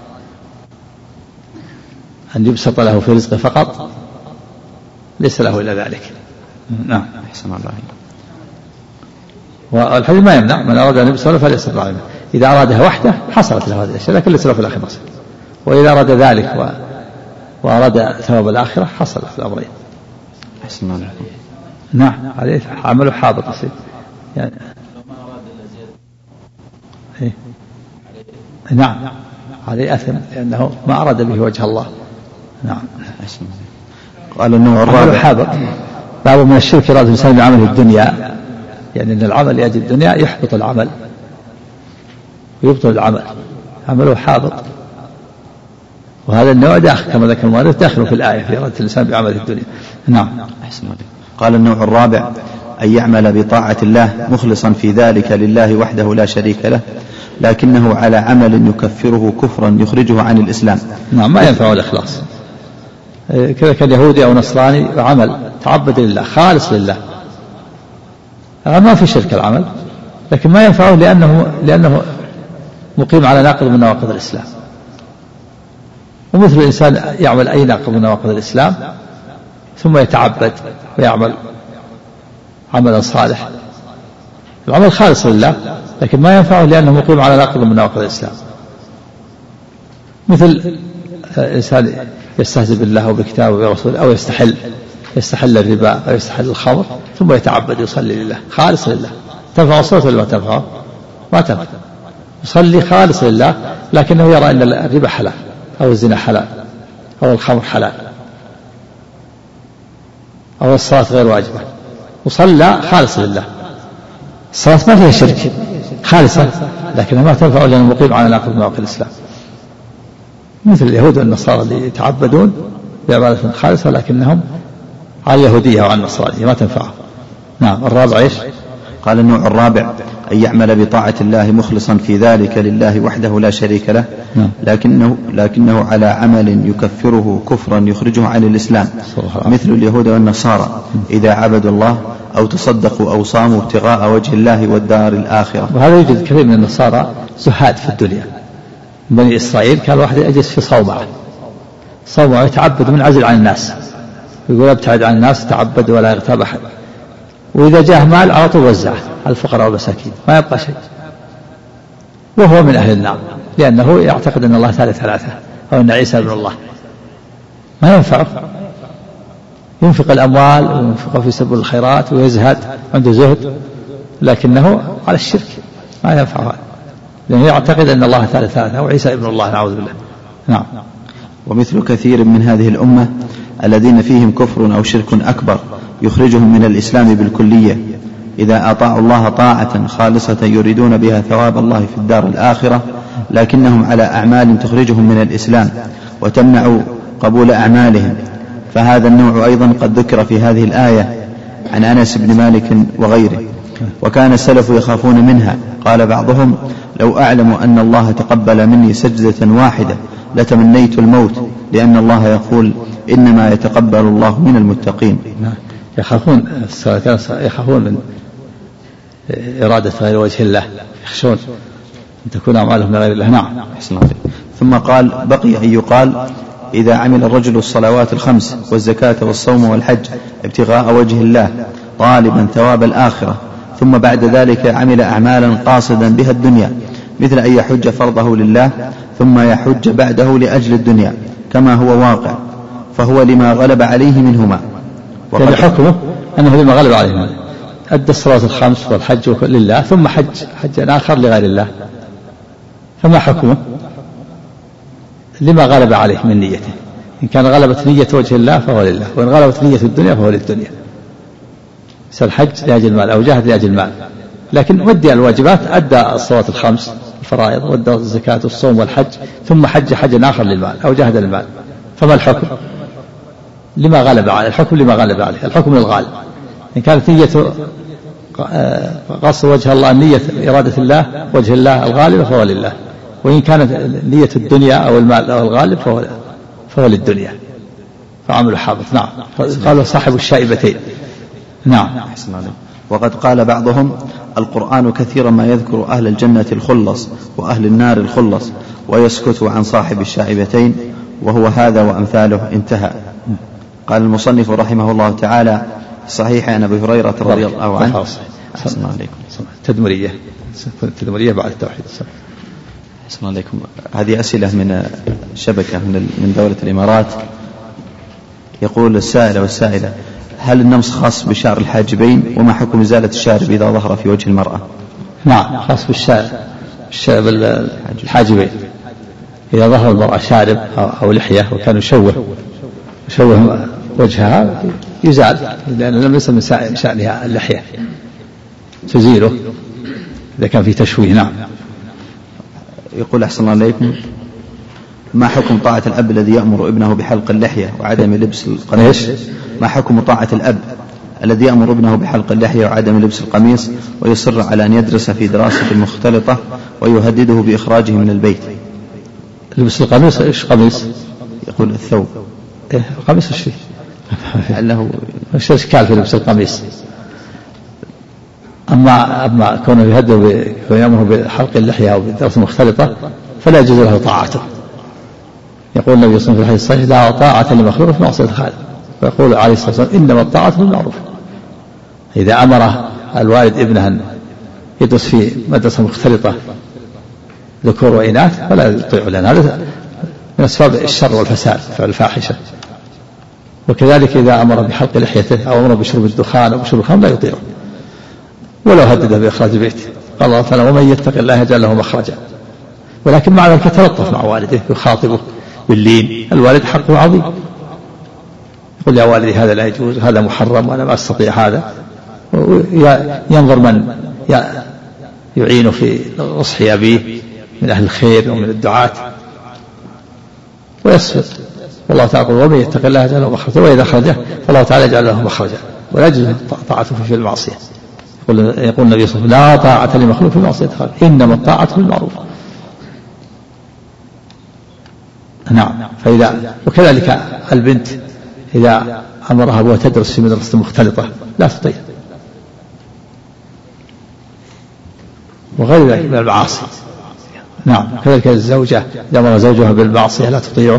أن يبسط له في رزقه فقط ليس له إلا ذلك. نعم. أحسن الله. والحديث ما يمنع من أراد أن يبسط له فليصبر عليه، إذا أرادها وحده حصلت له هذه الأشياء لكن ليس له في الآخرة نصيب، وإذا أراد ذلك وأراد ثواب الآخرة حصل في الأمرين. أحسن الله. نعم عليه عمله حابط يصير يعني. نعم عليه أثم لأنه ما أراد به وجه الله. نعم. قال النوع الرابع حابط. باب من الشرك إرادة الإنسان بعمل الدنيا، يعني أن العمل لأجل الدنيا يحبط العمل ويبطل العمل، عمله حابط. وهذا النوع داخل كما ذكر المؤلف داخل في الآية في إرادة الإنسان بعمل الدنيا. نعم. أحسن الله. قال النوع الرابع أن يعمل بطاعة الله مخلصا في ذلك لله وحده لا شريك له، لكنه على عمل يكفره كفرا يخرجه عن الإسلام. نعم ما ينفعه الإخلاص، كذا كان يهودي أو نصراني وعمل تعبد لله خالص لله، ما في شرك العمل، لكن ما ينفعه لأنه مقيم على ناقض من نواقض الإسلام. ومثل الإنسان يعمل أي ناقض من نواقض الإسلام ثم يتعبد ويعمل عملا صالح، العمل خالص لله لكن ما ينفعه لأنه مقيم على ناقض من نواقض الإسلام. مثل إنسان يستهزئ بالله وبكتابه وبرسوله، أو يستحل الربا أو يستحل الخمر ثم يتعبد يصلي لله خالص لله، تنفع الصلاة ولا ما تنفع؟ ما تنفع. يصلي خالص لله لكنه يرى أن الربا حلال أو الزنا حلال أو الخمر حلال أو الصلاة غير واجبة، وصلى خالص لله. الصلاة ما فيها شرك خالصة لكنها ما تنفع لأنه مقيم على ناقض من نواقض الإسلام، مثل اليهود والنصارى اللي يتعبدون بعبادة خالصة لكنهم على اليهودية وعلى النصرانية ما تنفعهم. نعم. الرابع ايش؟ قال النوع الرابع أن يعمل بطاعة الله مخلصا في ذلك لله وحده لا شريك له، لكنه على عمل يكفره كفرا يخرجه عن الإسلام، مثل اليهود والنصارى إذا عبدوا الله أو تصدقوا أو صاموا ابتغاء وجه الله والدار الآخرة. وهذا يوجد كثير من النصارى زهاد في الدنيا. بني إسرائيل كان واحد يجلس في صومعة يتعبد منعزل عن الناس، يقول ابتعد عن الناس تعبد ولا يغتاب أحد، وإذا جاء مال على طول وزعه على الفقراء والمساكين ما يبقى شيء، وهو من أهل النار لأنه يعتقد أن الله ثالث أو أن عيسى ابن الله. ما ينفعه، ينفق الأموال وينفق في سبيل الخيرات ويزهد عنده زهد لكنه على الشرك ما ينفعه، لأنه يعتقد أن الله ثالث أو عيسى ابن الله نعوذ بالله. نعم. ومثل كثير من هذه الأمة الذين فيهم كفر أو شرك أكبر يخرجهم من الإسلام بالكلية إذا أطاعوا الله طاعة خالصة يريدون بها ثواب الله في الدار الآخرة، لكنهم على أعمال تخرجهم من الإسلام وتمنع قبول أعمالهم. فهذا النوع أيضا قد ذكر في هذه الآية عن أنس بن مالك وغيره، وكان السلف يخافون منها. قال بعضهم لو أعلم أن الله تقبل مني سجدة واحدة لتمنيت الموت، لأن الله يقول إنما يتقبل الله من المتقين. يخافون من إرادة غير وجه الله، يخشون أن تكون أعمالهم لغير الله. نعم. ثم قال بقي أن يقال إذا عمل الرجل الصلوات الخمس والزكاة والصوم والحج ابتغاء وجه الله طالبا ثواب الآخرة، ثم بعد ذلك عمل أعمالا قاصدا بها الدنيا، مثل أن يحج فرضه لله ثم يحج بعده لأجل الدنيا كما هو واقع، فهو لما غلب عليه منهما. يعني حكمه أنه لما غلب عليه منهما أدى الصلاة الخمس والحج لله ثم حج آخر لغير الله، فما حكمه؟ لما غلب عليه من نيته. إن كان غلبت نية وجه الله فهو لله، وإن غلبت نية الدنيا فهو للدنيا. الحج لأجل المال أو جاهد لأجل المال، لكن ودي الواجبات، أدى الصلاة الخمس الفرائض وأدى الزكاة والصوم والحج ثم حج آخر للمال أو جاهد للمال، فما الحكم؟ لما غلب عليه. الحكم لما غلب عليه، الحكم للغالب. إن كانت نيته قصد وجه الله النية إرادة الله وجه الله الغالب فهو لله، وإن كانت نية الدنيا أو المال أو الغالب فهو للدنيا فعمل حابط. نعم. قال صاحب الشائبتين. نعم. وقد قال بعضهم القرآن كثيرا ما يذكر أهل الجنة الخلص وأهل النار الخلص ويسكت عن صاحب الشائبتين وهو هذا وأمثاله. انتهى. قال المصنف رحمه الله تعالى صحيح عن أبي هريرة رضي الله عنه. السلام عليكم. تدمرية بعد التوحيد. السلام عليكم. هذه أسئلة من شبكة من دولة الإمارات. يقول السائل والسائلة: هل النمص خاص بشعر الحاجبين؟ وما حكم إزالة الشارب إذا ظهر في وجه المرأة؟ نعم، خاص بالشارب الحاجبين. إذا ظهر المرأة شارب أو لحية وكان يشوه وجهها يزال، لأنه لم يصل من شأنها اللحية، تزيله إذا كان في تشويه. نعم. يقول أحسن الله عليكم: ما حكم طاعة الأب الذي يأمر ابنه بحلق اللحية وعدم لبس القميص؟ ما حكم طاعة الأب الذي يأمر ابنه بحلق اللحية وعدم لبس القميص ويصر على أن يدرس في دراسة مختلطة ويهدده بإخراجه من البيت؟ لبس القميص إيش قميص؟ يقول الثوب. القميص إيش فيه؟ لعله إيش إشكال في لبس القميص؟ أما كونه يهدده ويأمره بحلق اللحية أو بالدراسة المختلطة فلا يجوز له طاعته. يقول النبي صلى الله عليه وسلم في الحديث الصحيح: لا طاعة لمخلوق في معصية الخالق. ويقول عليه الصلاة والسلام: إنما الطاعة بالمعروف. إذا أمر الوالد ابنه أن يدرس في مدرسة مختلطة ذكور وإناث فلا يطيع، لأن هذا من أسباب الشر والفساد والفاحشة. وكذلك إذا أمر بحلق لحيته أو أمر بشرب الدخان أو بشرب الخمر لا يطيعه ولو هدده بإخراج بيته. قال الله تعالى: ومن يتق الله يجعل له مخرجا. ولكن مع ذلك يتلطف مع والده يخاطبه باللين. الوالد حقه عظيم، يقول: يا والدي هذا لا يجوز، هذا محرم وأنا ما أستطيع هذا. ينظر من يعين في نصح أبيه من أهل الخير ومن الدعاة ويصبر. والله تعالى يقول: ومن يتق الله يجعل له مخرجا وإذا خرجه فالله تعالى يجعل له مخرجا ولا يجوز طاعته في المعصية. يقول النبي صلى الله عليه وسلم: لا طاعة لمخلوق في معصية الخالق، إنما الطاعة بالمعروف. نعم. وكذلك البنت إذا أمرها أبوها تدرس في مدرسة مختلطة لا تطيع، وغير ذلك من المعاصي. نعم. كذلك الزوجة إذا أمر زوجها بالمعصية لا تطيعه.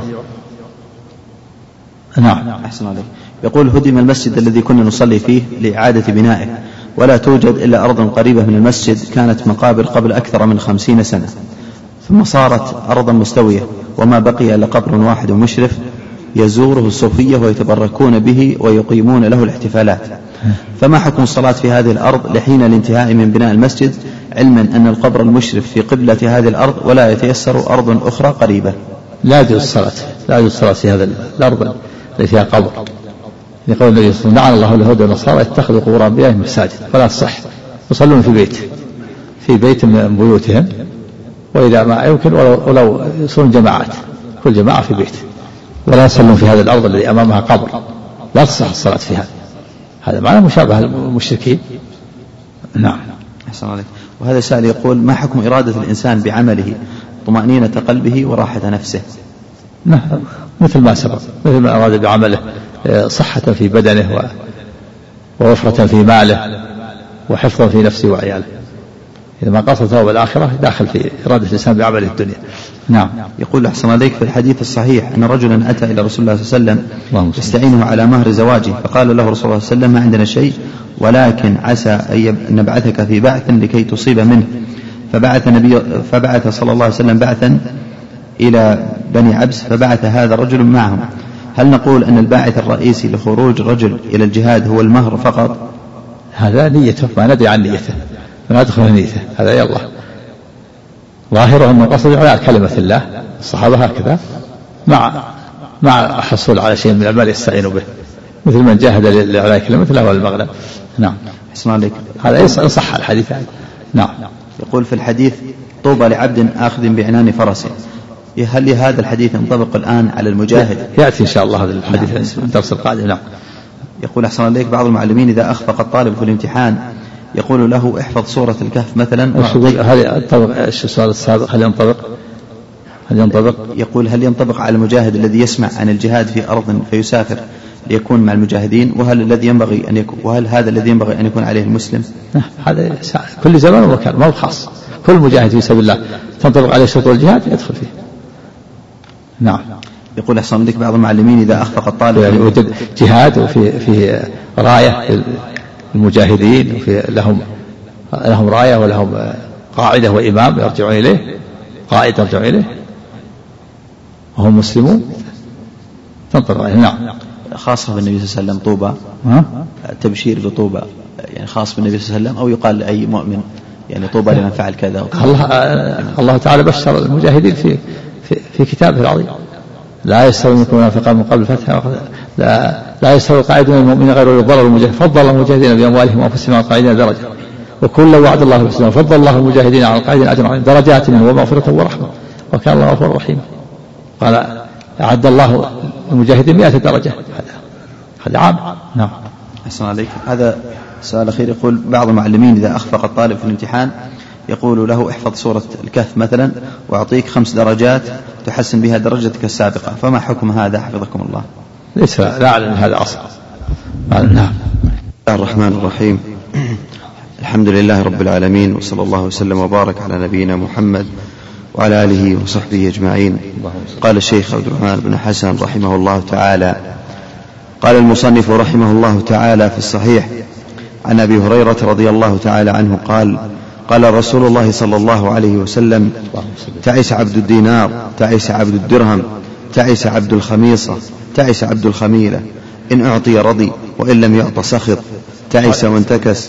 نعم. أحسن عليك. يقول: هدم المسجد الذي كنا نصلي فيه لإعادة بنائه ولا توجد إلا أرض قريبة من المسجد كانت مقابر قبل أكثر من 50 سنة، ثم صارت أرضا مستوية وما بقي إلا قبر واحد مشرف يزوره الصوفية ويتبركون به ويقيمون له الاحتفالات، فما حكم الصلاة في هذه الأرض لحين الانتهاء من بناء المسجد، علما أن القبر المشرف في قبلة هذه الأرض ولا يتيسر أرض أخرى قريبة؟ لا يجوز الصلاة في هذه الأرض التي فيها قبر، لقول النبي صلى الله عليه وسلم: لعن الله اليهود والنصارى يتخذوا قبور أنبيائهم مساجد. فلا تصح. يصلون في بيت من بيوتهم، وإذا ما يمكن ولو يصلون جماعات، كل جماعة في بيت، ولا يصلون في هذه الأرض التي أمامها قبر. لا تصح الصلاة فيها. هذا معنى مشابه المشركين. نعم. أحسن عليك. وهذا سائل يقول: ما حكم إرادة الإنسان بعمله طمأنينة قلبه وراحة نفسه؟ نعم، مثل ما سبق، مثل ما أراد بعمله صحة في بدنه ووفرة في ماله وحفظا في نفسه وعياله. إذا ما قصد ثواب الآخرة داخل في إرادة الإنسان بعمله الدنيا. نعم. يقول: أحسن عليك. في الحديث الصحيح أن رجلا أتى إلى رسول الله صلى الله عليه وسلم يستعينه على مهر زواجه، فقال له رسول الله صلى الله عليه وسلم: ما عندنا شيء، ولكن عسى أن نبعثك في بعث لكي تصيب منه. فبعث صلى الله عليه وسلم بعثا إلى بني عبس، فبعث هذا الرجل معهم. هل نقول أن الباعث الرئيسي لخروج رجل إلى الجهاد هو المهر فقط؟ هذا نيته، ما ندري عن نيته، ما ندخل نيته، هذا يلا ظاهره أنه قصد إعلاء كلمة الله. الصحابة هكذا مع الحصول على شيء من المال يستعينوا به، مثل من جاهد لإعلاء كلمة الله والمغنم. نعم. أحسن عليك. هذا إن صح الحديث. نعم. يقول في الحديث: طوبى لعبد آخذ بعنان فرسه. هل هذا الحديث ينطبق الآن على المجاهد؟ يأتي إن شاء الله هذا الحديث في الدرس القادم. نعم. يقول: أحسن عليك. بعض المعلمين إذا أخفق الطالب في الامتحان يقول له احفظ سورة الكهف مثلا. هل ينطبق السؤال السابق؟ هل ينطبق؟ يقول هل ينطبق على المجاهد الذي يسمع عن الجهاد في أرض فيسافر ليكون مع المجاهدين، وهل هذا الذي ينبغي أن يكون عليه المسلم؟ هذا كل زمان ومكان، ما هو خاص. كل مجاهد في سبيل الله تنطبق عليه شروط الجهاد يدخل فيه. نعم. يقول أحسن لك بعض المعلمين إذا أخفق الطالب يعني وجد جهاد وفي راية المجاهدين، وفي لهم راية ولهم قاعدة وإمام يرجعون إليه، قائد يرجعون إليه وهم مسلمون تنطبق عليه. نعم. خاصة بالنبي صلى الله عليه وسلم طوبى، التبشير بطوبى يعني خاص بالنبي صلى الله عليه وسلم، أو يقال لأي مؤمن يعني طوبى لمن فعل كذا. الله تعالى بشر المجاهدين في كتابه العظيم: لا يستوي منكم المنافقون من قبل الفتح، لا يستوي القاعدون من المؤمنين غير الضرر المجاهد، فضل المجاهدين بأموالهم وأنفسهم على القاعدين درجة، وكل وعد الله الحسنى، فضل الله المجاهدين على القاعدين أجرا عظيما درجات منه ومغفرة ورحمة وكان الله غفورا رحيما. قال أعد الله المجاهدين 100 درجة، هذا عام. نعم. أحسن عليك. هذا سؤال أخير. يقول بعض المعلمين إذا أخفق الطالب في الامتحان يقول له احفظ سورة الكهف مثلا وأعطيك 5 درجات تحسن بها درجتك السابقة، فما حكم هذا حفظكم الله؟ ليس، لا أعلم هذا أصلا. نعم. بسم الله الرحمن الرحيم. الحمد لله رب العالمين، وصلى الله وسلم وبارك على نبينا محمد وعلى آله وصحبه أجمعين. قال الشيخ عبد الرحمن بن حسن رحمه الله تعالى: قال المصنف رحمه الله تعالى في الصحيح عن أبي هريرة رضي الله تعالى عنه قال: قال رسول الله صلى الله عليه وسلم: تعس عبد الدينار، تعس عبد الدرهم، تعس عبد الخميصة، تعس عبد الخميلة، إن أعطي رضي وإن لم يعط سخط، تعس وانتكس،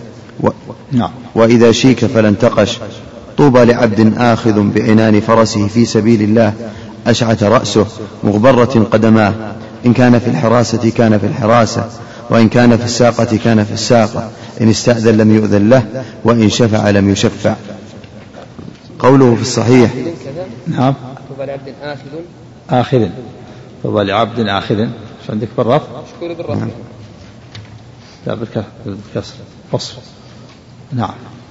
وإذا شيك فلا انتقش. طوبى لعبد آخذ بعنان فرسه في سبيل الله، أشعث رأسه مغبرة قدماه، إن كان في الحراسة كان في الحراسة، وإن كان في الساقة كان في الساقة، إن استأذن لم يؤذن له، وإن شفع لم يشفع. قوله في الصحيح. نعم. طوبى لعبد آخذ. طوبى لعبد آخذ. شو عندك بالرفع؟ مشكور بالرفع. نعم. لا بالكسر فصل. نعم.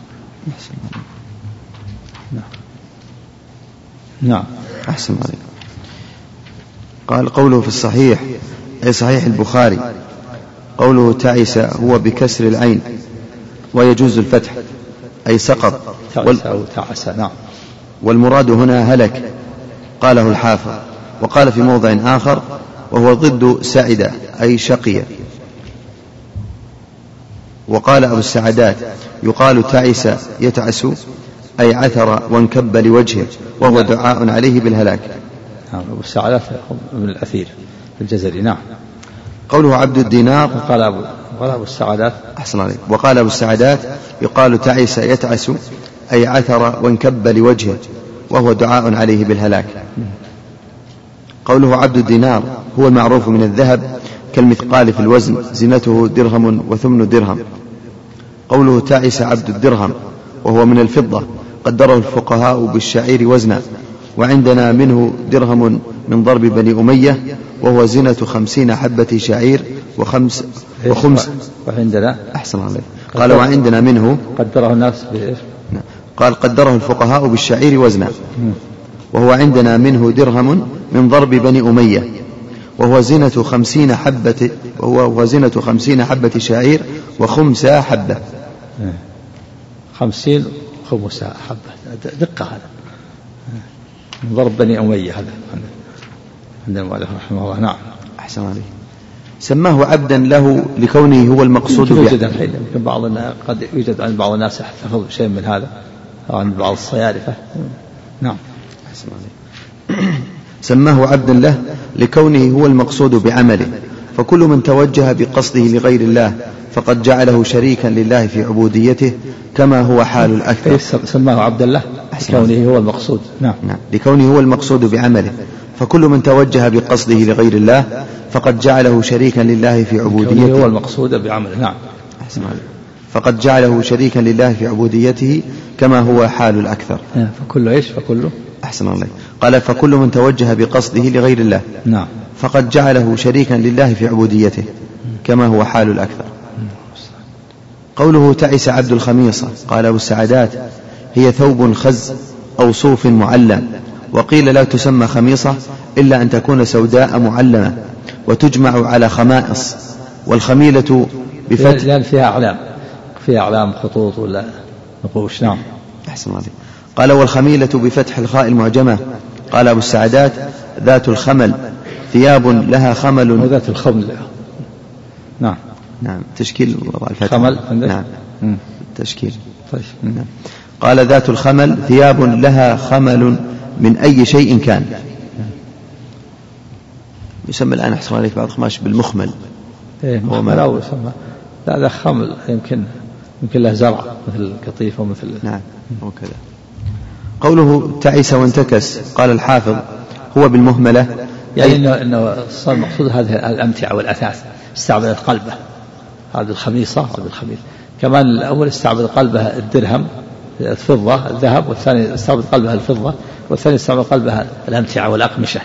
نعم. أحسن عليك. قال قوله في الصحيح أي صحيح البخاري، قوله تعس هو بكسر العين ويجوز الفتح أي سقط أو تعس. نعم. والمراد هنا هلك، قاله الحافظ. وقال في موضع آخر: وهو ضد سعد أي شقي. وقال أبو السعدات: يقال تعس يتعس أي عثر وانكب لوجهه، وهو دعاء عليه بالهلاك. نعم. أبو السعدات من الأثير الجزري. نعم. قوله عبد الدينار قال أبو السعدات. أحسن عليك. وقال أبو السعدات: يقال تعس يتعس أي عثر وانكب لوجهه، وهو دعاء عليه بالهلاك. قوله عبد الدينار هو المعروف من الذهب كالمثقال في الوزن، زنته درهم وثمن درهم. قوله تعس عبد الدرهم وهو من الفضة، قدره الفقهاء بالشعير وزنا، وعندنا منه درهم من ضرب بني أمية، وهو زنة 50 حبة شعير وخمس. وعندنا. أحسن عليك. قال وعندنا منه. قدره الناس بإيش؟ قال قدره الفقهاء بالشعير وزنا، وهو عندنا منه درهم من ضرب بني أمية، وهو زنة 50 حبة، وهو زنة 50 حبة شعير وخمس حبة. 50 خمس حبة، دقة هذا. من ضرب بني أمية هذا عند المؤلف رحمه الله. نعم. أحسن عليه. سماه عبدا له لكونه هو المقصود به. قد يوجد عند بعض الناس يحتفظ شيء من هذا، أو عند بعض الصيارفة. نعم. أحسن عليه. سماه عبدا له لكونه هو المقصود بعمله، فكل من توجه بقصده لغير الله فقد جعله شريكا لله في عبوديته، كما هو حال الأكثر. سماه عبد الله لكونه هو المقصود. نعم. لكونه هو المقصود بعمله، فكل من توجه بقصده لغير الله فقد جعله شريكا لله في عبوديته. هو المقصود بعمله. نعم. أحسن عليه. فقد جعله شريكا لله في عبوديته، كما هو حال الأكثر. فكله إيش؟ فكله. أحسن الله. قال فكل من توجه بقصده لغير الله. نعم. فقد جعله شريكا لله في عبوديته، كما هو حال الأكثر. قوله تعس عبد الخميصة. قال أبو السعدات هي ثوب خز أو صوف معلم، وقيل لا تسمى خميصة إلا أن تكون سوداء معلمة وتجمع على خمائص، والخميلة بفتح لأن فيها أعلام خطوط ولا نقوش. نعم. أحسن الله. قال والخميلة بفتح الخاء المعجمة. قال أبو السعدات ذات الخمل ثياب لها خمل. وذات الخمل. نعم. نعم تشكيل وضع الفتح. خمل. نعم تشكيل. طيب. نعم. قال ذات الخمل ثياب لها خمل من أي شيء كان. يسمى الآن أحسن عليك بعض الخماش بالمخمل. مخمل أو يسمى لا خمل يمكن له زرع مثل القطيفة ومثل. نعم وكذا. قوله تعس وانتكس. قال الحافظ هو بالمهملة، يعني إنه صار مقصود هذه الأمتعة والأثاث استعبدت قلبه، هذه الخميصة وهذه الخميس. كمان الأول استعبد قلبه الدرهم الفضة الذهب، والثاني استعبد قلبها الفضة، والثاني استعبد قلبها الأمتعة والأقمشة،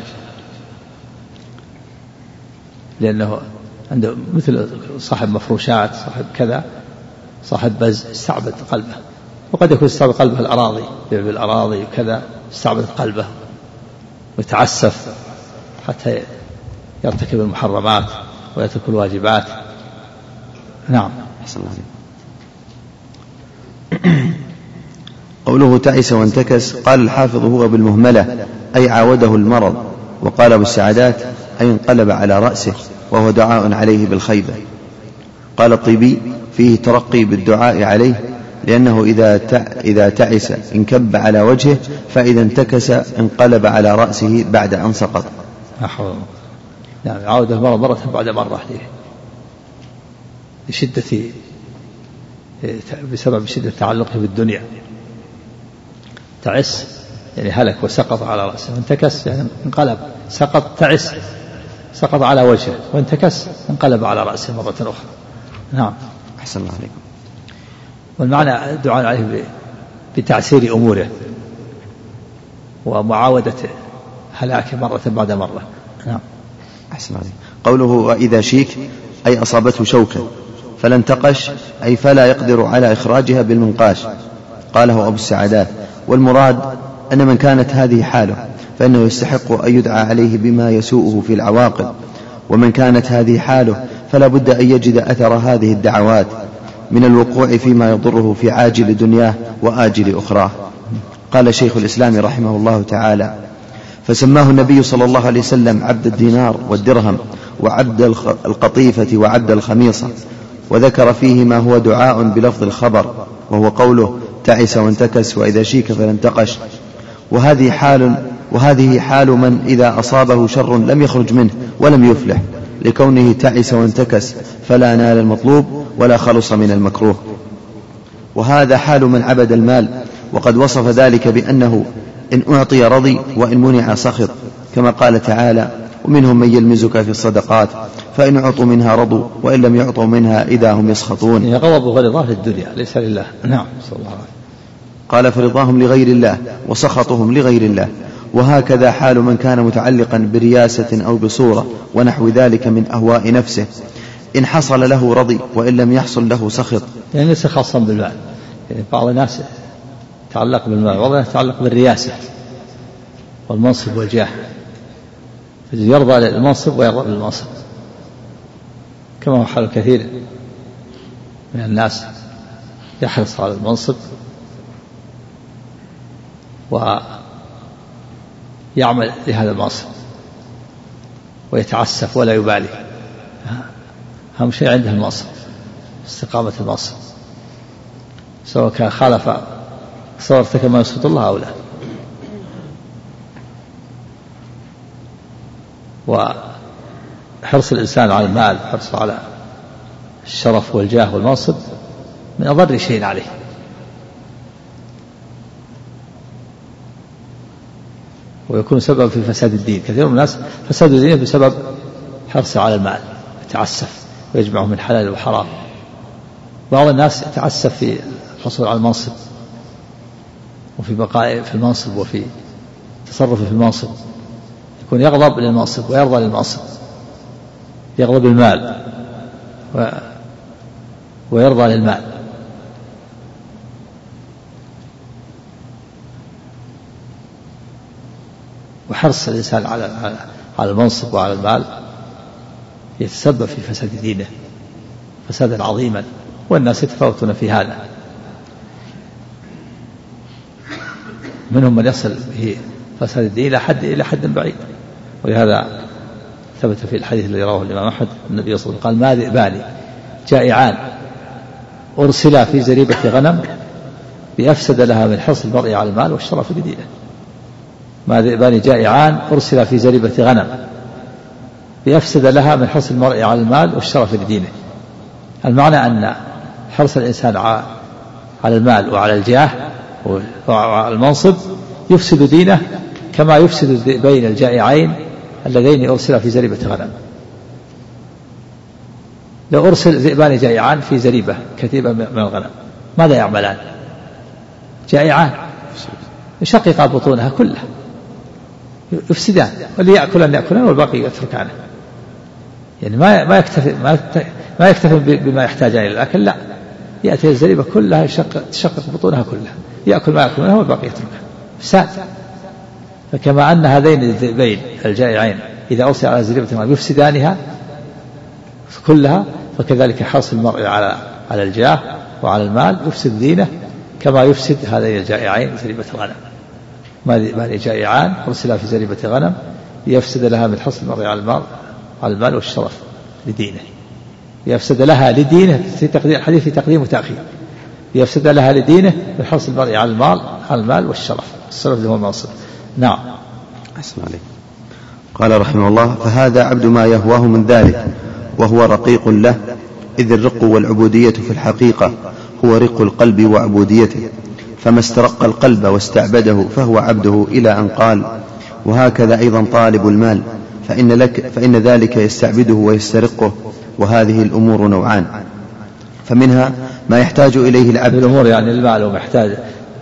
لأنه عنده مثل صاحب مفروشات صاحب كذا صاحب بز استعبد قلبه. وقد يكون استعبد قلبه الأراضي بالأراضي وكذا استعبد قلبه ويتعسف حتى يرتكب المحرمات ويترك الواجبات. نعم. أحسن الله. قوله تعس وانتكس. قال الحافظ هو بالمهملة أي عاوده المرض. وقال أبو السعدات أي انقلب على رأسه، وهو دعاء عليه بالخيبة. قال الطيبي فيه ترقي بالدعاء عليه، لأنه إذا تعس انكب على وجهه، فإذا انتكس انقلب على رأسه بعد أن سقط. يعني عاود المرض مرة بعد مرة بسبب شدة تعلقه بالدنيا. تعس يعني هلك وسقط على رأسه، وانتكس يعني انقلب. سقط تعس سقط على وجهه، وانتكس انقلب على رأسه مرة أخرى. نعم. أحسن الله عليكم. والمعنى الدعاء عليه بتعسير أموره ومعاودة هلاكه مرة بعد مرة. نعم. أحسن الله عليكم. قوله وإذا شيك أي أصابته شوكة، فلا انتقش أي فلا يقدر على إخراجها بالمنقاش. قاله أبو السعدات. والمراد أن من كانت هذه حاله فإنه يستحق أن يدعى عليه بما يسوءه في العواقب، ومن كانت هذه حاله فلا بد أن يجد أثر هذه الدعوات من الوقوع فيما يضره في عاجل دنياه وآجل أخراه. قال شيخ الإسلام رحمه الله تعالى فسماه النبي صلى الله عليه وسلم عبد الدينار والدرهم وعبد القطيفة وعبد الخميصة، وذكر فيه ما هو دعاء بلفظ الخبر، وهو قوله تعس وانتكس وإذا شيك فلا انتقش. وهذه حال من إذا أصابه شر لم يخرج منه ولم يفلح، لكونه تعس وانتكس فلا نال المطلوب ولا خلص من المكروه. وهذا حال من عبد المال، وقد وصف ذلك بأنه إن أعطي رضي وإن منع سخط، كما قال تعالى ومنهم من يلمزك في الصدقات فإن أعطوا منها رضوا وإن لم يعطوا منها إذا هم يسخطون. غضب ورضاه للدنيا ليس لله. نعم. صلى الله عليه وسلم. قال فرضاهم لغير الله وسخطهم لغير الله. وهكذا حال من كان متعلقا برياسة أو بصورة ونحو ذلك من أهواء نفسه، إن حصل له رضي وإن لم يحصل له سخط. يعني ليس خاصا بالمال، يعني بعض الناس يتعلق بالمال وبعض الناس يتعلق بالرياسة والمنصب والجاه، يرضى للمنصب ويرضى للمنصب، كما هو حال كثير من الناس يحرص على المنصب ويعمل لهذا المنصب ويتعسف ولا يبالي، أهم شيء عنده المنصب، استقامة المنصب، سواء كان خالف سواء ارتكب ما يسخط الله أو لا. وحرص الإنسان على المال وحرص على الشرف والجاه والمنصب من أضر شيء عليه، ويكون سبب في فساد الدين. كثير من الناس فساد الدين بسبب حرصه على المال، يتعسف ويجمعه من حلال وحرام. بعض الناس يتعسف في الحصول على المنصب وفي بقائه في المنصب وفي تصرفه في المنصب، يكون يغضب للمنصب ويرضى للمنصب، يغضب المال ويرضى للمال، وحرص الإنسان على المنصب وعلى المال يتسبب في فساد دينه فسادا عظيما، والناس يتفاوتون في هذا. منهم من يصل به فساد الدين إلى حد بعيد. ولهذا ثبت في الحديث الذي رواه الإمام أحمد النبي صلى الله عليه وسلم قال: ما ذئبان جائعان أرسلا في زريبة غنم بأفسد لها من حرص المرء على المال والشرف بدينه. ما ذئبان جائعان أرسلا في زريبة غنم بأفسد لها من حرص المرء على المال والشرف لدينه. المعنى أن حرص الإنسان على المال وعلى الجاه وعلى المنصب يفسد دينه كما يفسد الذئبين الجائعين اللذين أرسلا في زريبة غنم. لو أرسل ذئبان جائعان في زريبة كثيبة من الغنم ماذا يعملان؟ جائعان يشقق بطونها كلها يفسدان، واللي يأكلان والباقي يتركانه. يعني ما يكتفي بما يحتاج إلى الأكل، لا، يأتي الزريبة كلها تشقق بطونها كلها، يأكل ما يأكل منها والباقي يتركها، فساد. فكما أن هذين الذئبين الجائعين إذا أرسل على زريبة يفسدانها كلها، فكذلك حرص المرء على الجاه وعلى المال يفسد دينه كما يفسد هذين الجائعين زريبة الغنم. ما جائعان أرسلا في زريبة غنم يفسد لها من حرص المرء على المال والشرف لدينه. يفسد لها لدينه في تقدير الحديث في تقديم وتأخير، يفسد لها لدينه من حرص المرء على المال والشرف، الشرف اللي هو المنصب. نعم. أحسن عليك. قال رحمه الله: فهذا عبد ما يهواه من ذلك وهو رقيق له، إذ الرق والعبودية في الحقيقة هو رق القلب وعبوديته، فما استرق القلب واستعبده فهو عبده، إلى أن قال: وهكذا أيضا طالب المال فإن ذلك يستعبده ويسترقه، وهذه الأمور نوعان، فمنها ما يحتاج إليه العبد. الأمور يعني المال ومحتاج،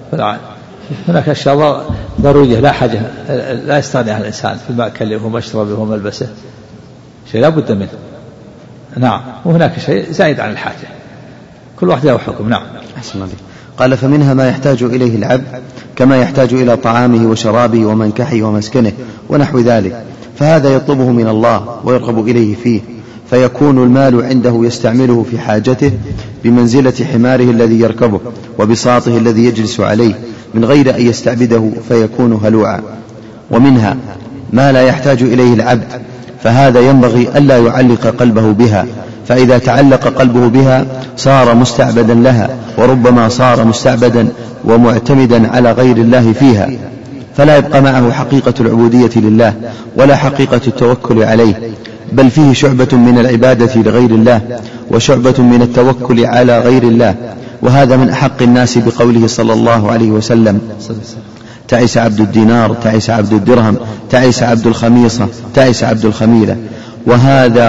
هناك أشياء ضرورية لا حاجة لا يستغني عنها الإنسان في مأكله ومشربه وملبسه، شيء لا بد منه. نعم. وهناك شيء زائد عن الحاجة، كل واحد له حكم. نعم. أحسن الله. قال: فمنها ما يحتاج إليه العبد كما يحتاج إلى طعامه وشرابه ومنكحه ومسكنه ونحو ذلك، فهذا يطلبه من الله ويرغب إليه فيه، فيكون المال عنده يستعمله في حاجته بمنزلة حماره الذي يركبه وبساطه الذي يجلس عليه من غير أن يستعبده فيكون هلوعا. ومنها ما لا يحتاج إليه العبد، فهذا ينبغي ألا يعلق قلبه بها، فإذا تعلق قلبه بها صار مستعبدا لها، وربما صار مستعبدا ومعتمدا على غير الله فيها، فلا يبقى معه حقيقة العبودية لله ولا حقيقة التوكل عليه، بل فيه شعبة من العبادة لغير الله وشعبة من التوكل على غير الله. وهذا من أحق الناس بقوله صلى الله عليه وسلم: تعس عبد الدينار، تعس عبد الدرهم، تعس عبد الخميصة، تعس عبد الخميلة. وهذا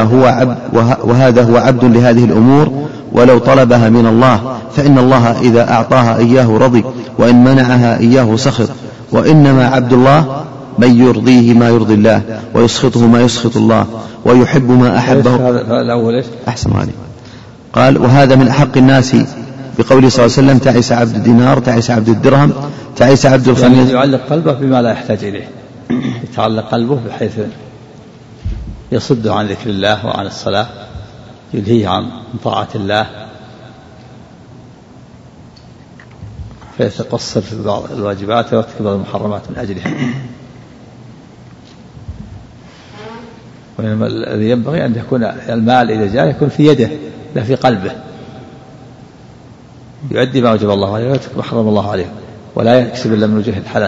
هو عبد لهذه الأمور، ولو طلبها من الله فإن الله إذا أعطاها إياه رضي، وإن منعها إياه سخط. وإنما عبد الله من يرضيه ما يرضي الله، ويسخطه ما يسخط الله، ويحب ما أحبه. أحسن عليه. قال: وهذا من أحق الناس بقوله صلى الله عليه وسلم: تعس عبد الدينار، تعس عبد الدرهم، تعس عبد الخميس. يعني يعلق قلبه بما لا يحتاج إليه، يتعلق قلبه بحيث يصده عن ذكر الله وعن الصلاة، يلهيه عن طاعة الله، فيتقصر في بعض الواجبات ويرتكب المحرمات من أجلها. وإنما الذي ينبغي أن يكون المال إذا جاء يكون في يده لا في قلبه، يؤدي ما وجب الله عليه ويترك ما حرم الله عليه، ولا يكسب إلا من وجه الحلال،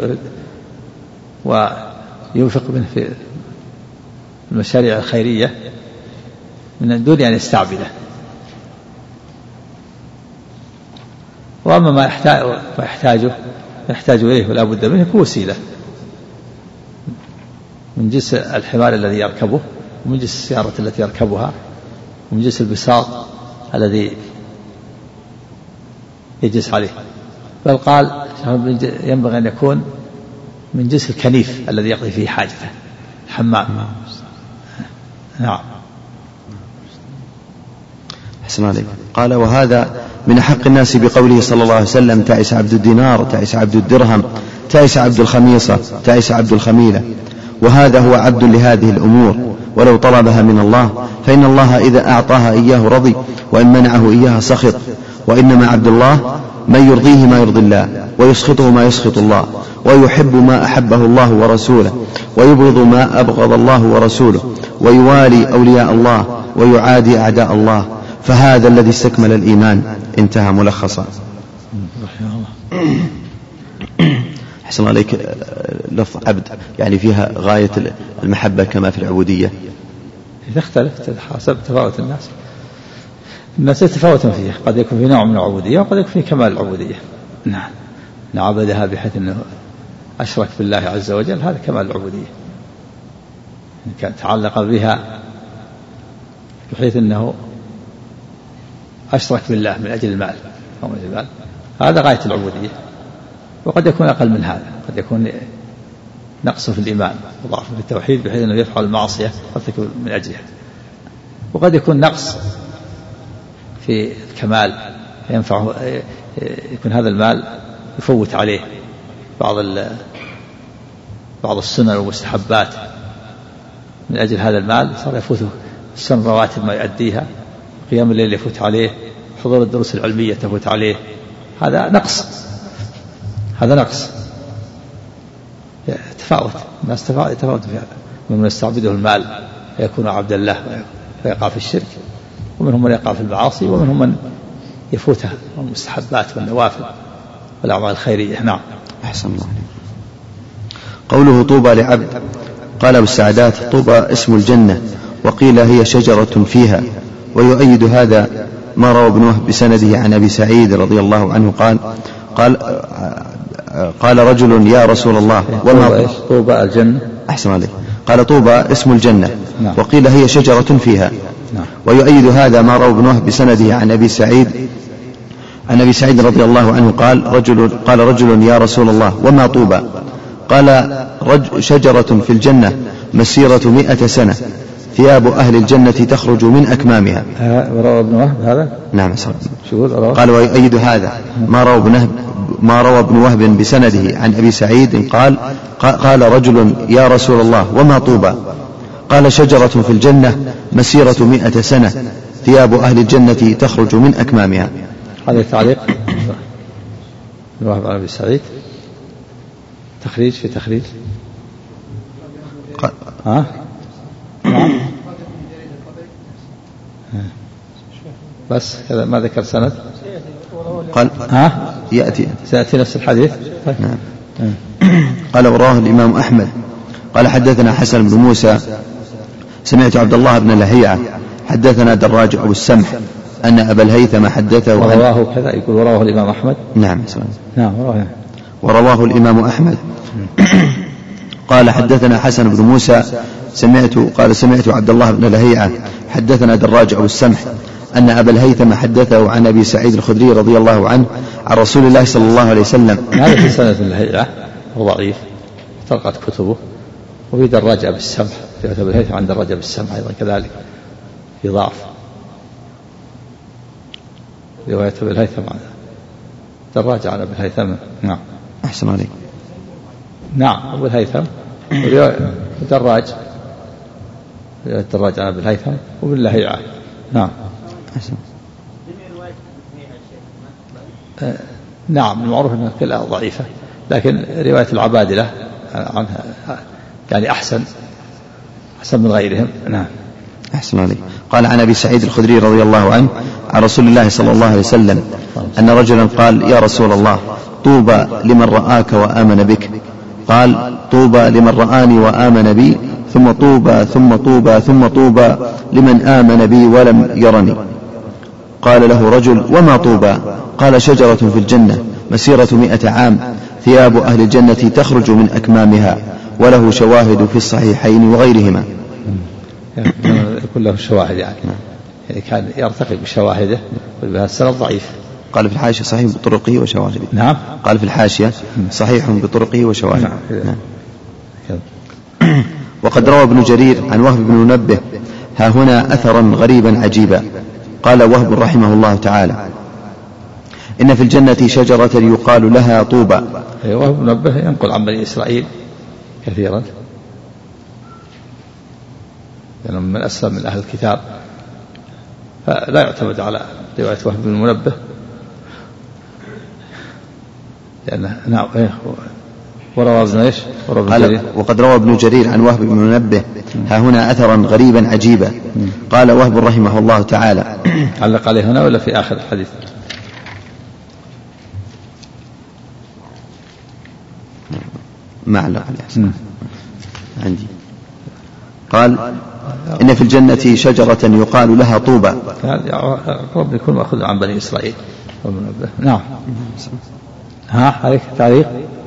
وينفق منه في المشاريع الخيرية من دون أن يستعبده. وأما ما يحتاج إليه ولا بد منه كوسيلة من جنس الحمار الذي يركبه، ومن جنس السيارة التي يركبها، ومن جنس البساط الذي يجلس عليه. بل قال ينبغي أن يكون من جنس الكنيف الذي يقضي فيه حاجته، الحمام. نعم. أحسن عليك. قال: وهذا من أحق الناس بقوله صلى الله عليه وسلم: تعس عبد الدينار، تعس عبد الدرهم، تعس عبد الخميصة تعس عبد الخميلة، وهذا هو عبد لهذه الأمور، ولو طلبها من الله فإن الله إذا أعطاها إياه رضي، وإن منعه إياها سخط. وإنما عبد الله من يرضيه ما يرضي الله، ويسخطه ما يسخط الله، ويحب ما أحبه الله ورسوله، ويبغض ما أبغض الله ورسوله، ويوالي أولياء الله ويعادي أعداء الله، فهذا الذي استكمل الإيمان. انتهى ملخصا. أحسن عليك. لفظ عبد يعني فيها غاية المحبة كما في العبودية؟ تختلف حسب تفاوت الناس يتفاوتون فيه، قد يكون في نوع من العبودية وقد يكون في كمال العبودية. نعم، عبدها بحيث أنه أشرك بالله عز وجل، هذا كمال العبودية. إن كان تعلق بها بحيث أنه أشرك بالله من أجل المال أو من أجل المال، هذا غاية العبودية. وقد يكون أقل من هذا، قد يكون نقص في الإيمان وضعف في التوحيد بحيث أنه يفعل المعصية قد تكون من أجلها، وقد يكون نقص في الكمال ينفعه، يكون هذا المال يفوت عليه بعض السنن والمستحبات من أجل هذا المال، صار يفوته السنن رواتب ما يؤديها، قيام الليل يفوت عليه، حضور الدروس العلمية تفوت عليه، هذا نقص. تفاوت الناس تفاوت في هذا، من يستعبده المال فيكون عبد الله فيقع في الشرك، ومنهم من يقع في المعاصي، ومنهم من يفوتها المستحبات والنوافل والأعمال الخيرية. نعم. أحسن الله. قوله طوبى لعبد، قال أبو السعدات طوبى اسم الجنة، وقيل هي شجرة فيها. ويؤيد هذا ما روى ابن وهب بسنده عن أبي سعيد رضي الله عنه قال رجل يا رسول الله وما طوبى الجنة. أحسن عليك. قال طوبى اسم الجنة، وقيل هي شجرة فيها. ويؤيد هذا ما روى ابن وهب بسنده عن أبي سعيد رضي الله عنه قال رجل يا رسول الله وما طوبى؟ قال شجرة في الجنة مسيرة 100 سنة، ثياب أهل الجنة تخرج من أكمامها. روى ابن وهب هذا؟ نعم. قال ويؤيد هذا ما روى ابن وهب بسنده عن أبي سعيد قال رجل يا رسول الله وما طوبى؟ قال شجرة في الجنة مسيرة 100 سنة، ثياب أهل الجنة تخرج من أكمامها. هذا التعليق ابن وهب عن أبي سعيد، تخريج في تخريج. نعم. بس كذا ما ذكر سند. قال سيأتي نفس الحديث. نعم. قال وراه الإمام أحمد قال حدثنا حسن بن موسى سمعت عبد الله بن لهيعة حدثنا دراج أبو السمح أن أبا الهيثم حدثه. ورواه كذا يقول ورواه الإمام أحمد. نعم. ورواه الإمام أحمد. قال حدثنا حسن بن موسى سمعت عبد الله بن لهيعة حدثنا دراج أبو السمح أن أبا الهيثم حدثه عن أبي سعيد الخدري رضي الله عنه عن رسول الله صلى الله عليه وسلم. هذا في سنة اللهيعة هو ضعيف، طرقت كتبه. وفي دراج أبي السمح في أبي الهيثم عن دراج أبي السمح أيضا كذلك في ضعف، رواية أبي الهيثم عن دراج عن أبي الهيثم. نعم. أحسن عليك. نعم. أبو الهيثم دراج عن أبي الهيثم وباللهيعة. نعم. نعم. المعروف أنها كلها ضعيفة، لكن رواية العبادلة عنها يعني أحسن من غيرهم. نعم. أحسن عليك. قال عن أبي سعيد الخدري رضي الله عنه عن رسول الله صلى الله عليه وسلم أن رجلا قال يا رسول الله طوبى لمن رآك وآمن بك. قال طوبى لمن رآني وآمن بي، ثم طوبى ثم طوبى ثم طوبى لمن آمن بي ولم يرني. قال له رجل وما طوبى؟ قال شجرة في الجنة مسيرة 100 عام، ثياب أهل الجنة تخرج من أكمامها، وله شواهد في الصحيحين وغيرهما. كله شواهد يعني كان يرتقي بشواهده، وبهذا السند ضعيف. قال في الحاشية صحيح بطرقه وشواهده. نعم. قال في الحاشية صحيح بطرقه وشواهده. نعم. وقد روى ابن جرير عن وهب بن منبه ها هنا أثرا غريبا عجيبا. قال وهب رحمه الله تعالى إن في الجنة شجرة يقال لها طوبى. وهو منبه ينقل عن بني إسرائيل كثيرا، لأنه من أسلم من أهل الكتاب، فلا يعتمد على رواية وهب بن منبه، لأنه نعم. وروى ابن ايش؟ وقد روى ابن جرير عن وهب بن منبه ها هنا أثرا غريبا عجيبا. قال وهب رحمه الله تعالى. علق عليه هنا ولا في آخر الحديث؟ ما علق عليه عندي. قال إن في الجنة شجرة يقال لها طوبى. رب يكون مأخوذ عن بني إسرائيل. نعم. عليك تعليق؟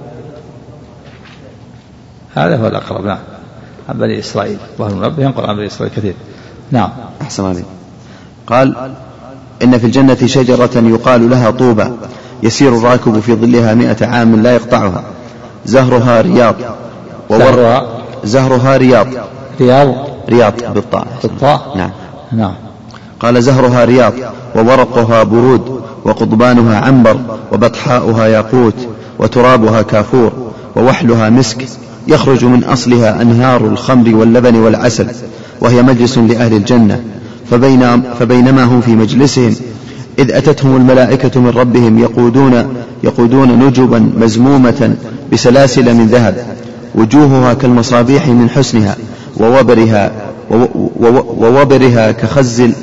هذا هو الأقرب. نعم، عن بني إسرائيل، وهو المنبه ينقل عن بني إسرائيل كثير. نعم. أحسن عليك. قال إن في الجنة شجرة يقال لها طوبى يسير الراكب في ظلها 100 عام لا يقطعها، زهرها رياض زهرها رياض بالطاء. نعم. قال زهرها رياض وورقها برود وقضبانها عنبر وبطحاؤها ياقوت وترابها كافور ووحلها مسك، يخرج من أصلها أنهار الخمر واللبن والعسل، وهي مجلس لأهل الجنة. فبينما هم في مجلسهم إذ أتتهم الملائكة من ربهم يقودون نجبا مزمومة بسلاسل من ذهب، وجوهها كالمصابيح من حسنها، ووبرها كخز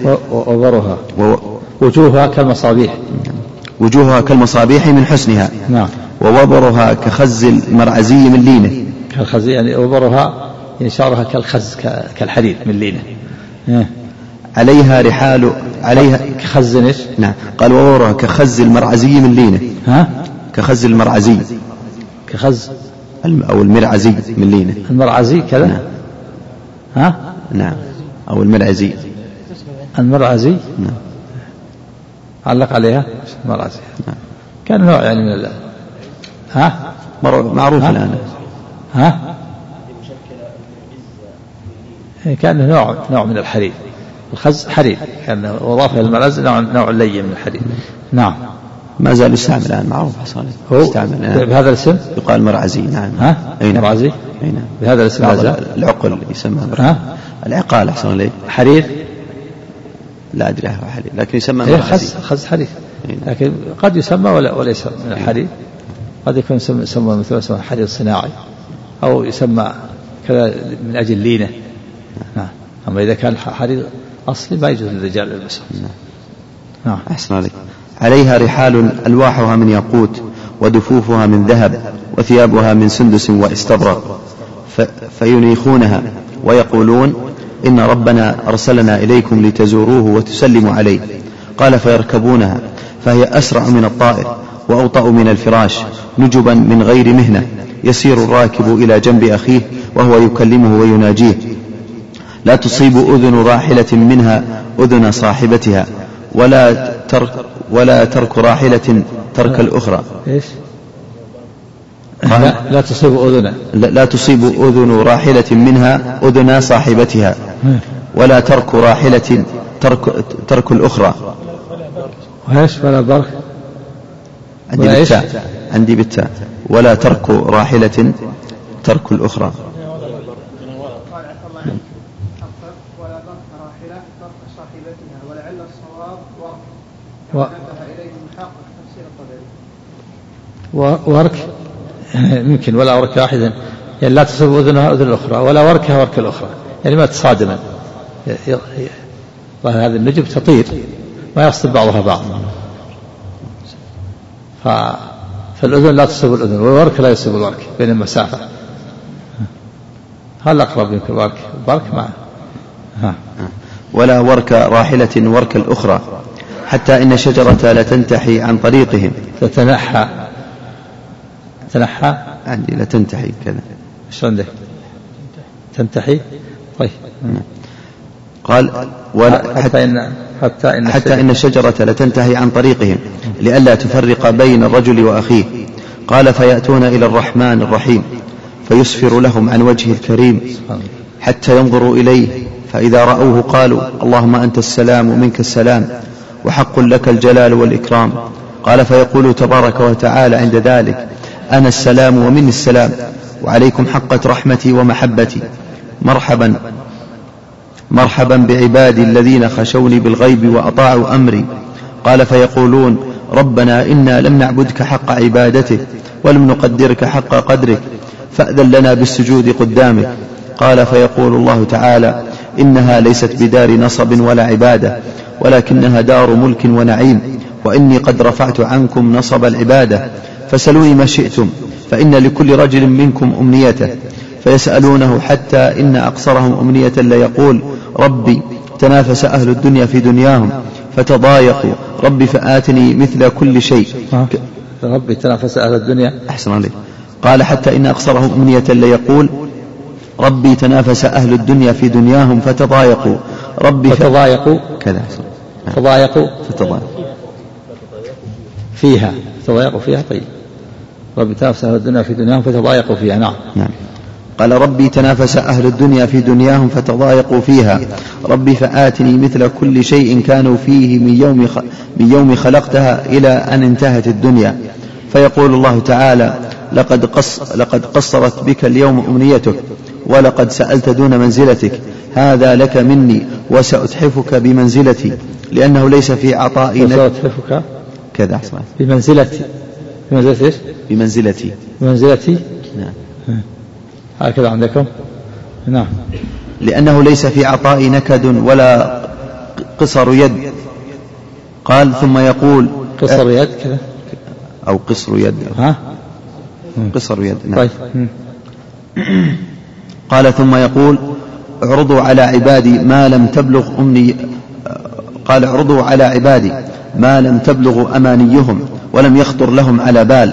وجوهها كالمصابيح من حسنها. نعم. ووبرها كخز المرعزي من لينه. كالخز يعني وبرها يشارها كالخز كالحديد من لينه. عليها رحال كخز ايش؟ نعم. قال وورها كخز المرعزي من لينه. كخز المرعزي أو المرعزي من لينه. المرعزي كذا. نعم. نعم. أو المرعزي. المرعزي. نعم. علق عليها المرعزي. نعم. كان نوع يعني من معروف الآن. كان نوع من الحرير. الخز حرير، كان وضافه المرز نوع لين من الحرير. نعم. ما زال يستعمل الآن، معروف حصل يستعمل بهذا الاسم، يقال مرعزي. نعم. مرعزي. نعم. بهذا الاسم. العقل يسمى العقال. أحسن لي. حرير لا أدري هو حرير، لكن يسمى مرعزي. خز حرير، لكن قد يسمى وليس من الحرير. قد يكون يسمى مثل حرير صناعي، أو يسمى كذا من أجل لينه. أما إذا كان حرير أصلي ما يجوز للرجال يلبسه. نعم. أحسن عليك. عليها رحال ألواحها من ياقوت ودفوفها من ذهب وثيابها من سندس واستبرق، فينيخونها ويقولون إن ربنا أرسلنا إليكم لتزوروه وتسلموا عليه. قال فيركبونها فهي أسرع من الطائر وأوطأ من الفراش، نجبا من غير مهنة، يسير الراكب إلى جنب أخيه وهو يكلمه ويناجيه، لا تصيب أذن راحلة منها أذن صاحبتها، ولا ترك راحلة ترك الأخرى. إيش؟ لا تصيب أذن لا تصيب أذن راحلة منها أذن صاحبتها، ولا ترك راحلة ترك الأخرى. وإيش ولا برك؟ عندي بالتاء ولا ترك راحلة ترك الأخرى. ورك يمكن ولا ورك واحدا، يعني لا تصيب أذنها أذن الأخرى ولا وركها ورك الأخرى، يعني ما تصادما. هذه النجم تطير ما يصطب بعضها بعض، فالأذن لا تصيب الأذن والورك لا يصيب الورك بين المسافة. هل أقرب يمكن الورك معه. ولا ورك راحلة ورك الأخرى، حتى إن شجرة لتنتحي عن طريقهم. تنحى عندي لتنتحي كذا. ايش عندك؟ تنتحي. طيب. قال حتى إن الشجرة لتنتهي عن طريقهم لئلا تفرق بين الرجل وأخيه. قال فيأتون إلى الرحمن الرحيم فيسفر لهم عن وجهه الكريم حتى ينظروا إليه، فإذا رأوه قالوا اللهم أنت السلام ومنك السلام وحق لك الجلال والإكرام، قال فيقول تبارك وتعالى عند ذلك أنا السلام ومني السلام وعليكم حقت رحمتي ومحبتي مرحبا مرحبا بعبادي الذين خشوني بالغيب وأطاعوا أمري. قال فيقولون ربنا إنا لم نعبدك حق عبادتك ولم نقدرك حق قدرك فأذن لنا بالسجود قدامك. قال فيقول الله تعالى إنها ليست بدار نصب ولا عبادة ولكنها دار ملك ونعيم وإني قد رفعت عنكم نصب العبادة فسلوني ما شئتم فإن لكل رجل منكم أمنيته. فيسألونه حتى إن أقصرهم أمنية ليقول ربي تنافس أهل الدنيا في دنياهم فتضايقوا ربي فآتني مثل كل شيء. ربي تنافس أهل الدنيا. أحسن عليك. قال حتى إن أقصرهم أمنية ليقول ربي تنافس أهل الدنيا في دنياهم فتضايقوا ربي فتضايقوا كذا تضايقوا فيها تضايقوا فيها. طيب ربي تنافس أهل الدنيا في دنياهم فتضايقوا فيها. نعم. قال ربي تنافس أهل الدنيا في دنياهم فتضايقوا فيها ربي فآتني مثل كل شيء كانوا فيه من يوم خلقتها إلى أن انتهت الدنيا. فيقول الله تعالى لقد قصرت بك اليوم أمنيتك ولقد سألت دون منزلتك هذا لك مني وسأتحفك بمنزلتي لأنه ليس في عطائي وسأتحفك كذا أحسن بمنزلتي بمنزلتي نعم هكذا عندكم. نعم. لأنه ليس في عطائي نكد ولا قصر يد. قال ثم يقول قصر يد كذا أو قصر يد قصر يد. نعم. طيب. قال ثم يقول اعرضوا على عبادي ما لم تبلغ قال اعرضوا على عبادي ما لم تبلغ أمانيهم ولم يخطر لهم على بال.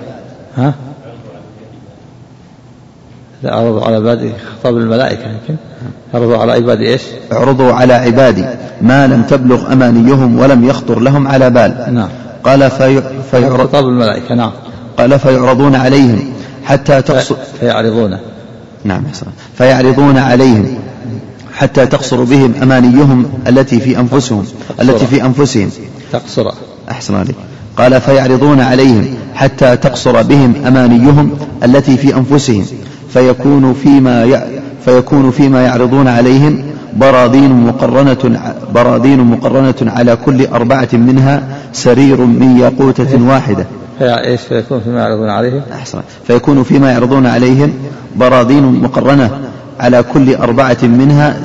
اعرضوا على عبادي خطاب الملائكة يمكن اعرضوا على عبادي ايش؟ اعرضوا على عبادي ما لم تبلغ أمانيهم ولم يخطر لهم على بال. نعم. قال خطاب الملائكة. نعم. قال فيعرضون عليهم حتى تقصر فيعرضون. نعم. فيعرضون عليهم حتى تقصر بهم أمانيهم التي في أنفسهم تقصر. أحسن عليك. قال فيعرضون عليهم حتى تقصر بهم أمانيهم التي في أنفسهم فيكون فيما يعرضون عليهم براذين مقرنة على كل 4 منها سرير من ياقوتة واحدة. فيكون فيما يعرضون عليهم. أحسن. فيكون فيما يعرضون عليهم براذين مقرنة على كل 4 منها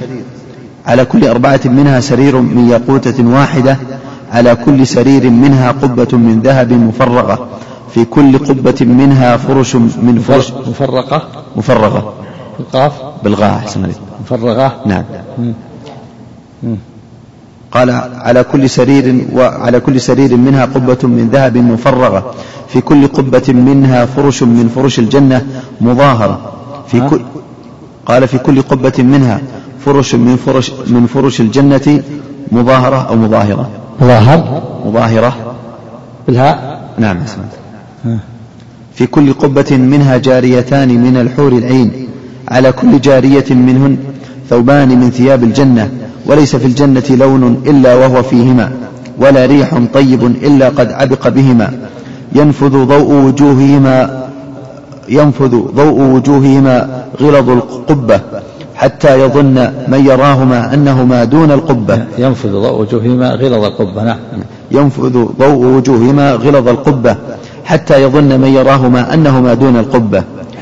سرير من ياقوتة واحدة على كل سرير منها قبة من ذهب مفرغة في كل قبة منها فرش من فرش مفرغة بالغاء. أحسن عليك. مفرغة. نعم. قال على كل سرير منها قبة من ذهب مفرغة في كل قبة منها فرش من فرش الجنة مظاهرة قال في كل قبة منها فرش من فرش الجنة مظاهرة أو مظاهرة بالهاء. نعم. في كل قبة منها جاريتان من الحور العين على كل جارية منهن ثوبان من ثياب الجنة وليس في الجنة لون إلا وهو فيهما ولا ريح طيب إلا قد عبق بهما ينفذ ضوء وجوههما غلظ القبة حتى يظن من يراهما أنهما دون القبة. ينفذ ضوء وجوههما غلظ القبة. نعم. ينفذ ضوء وجوههما غلظ القبة حتى يظن من يراهما أنهما دون القبة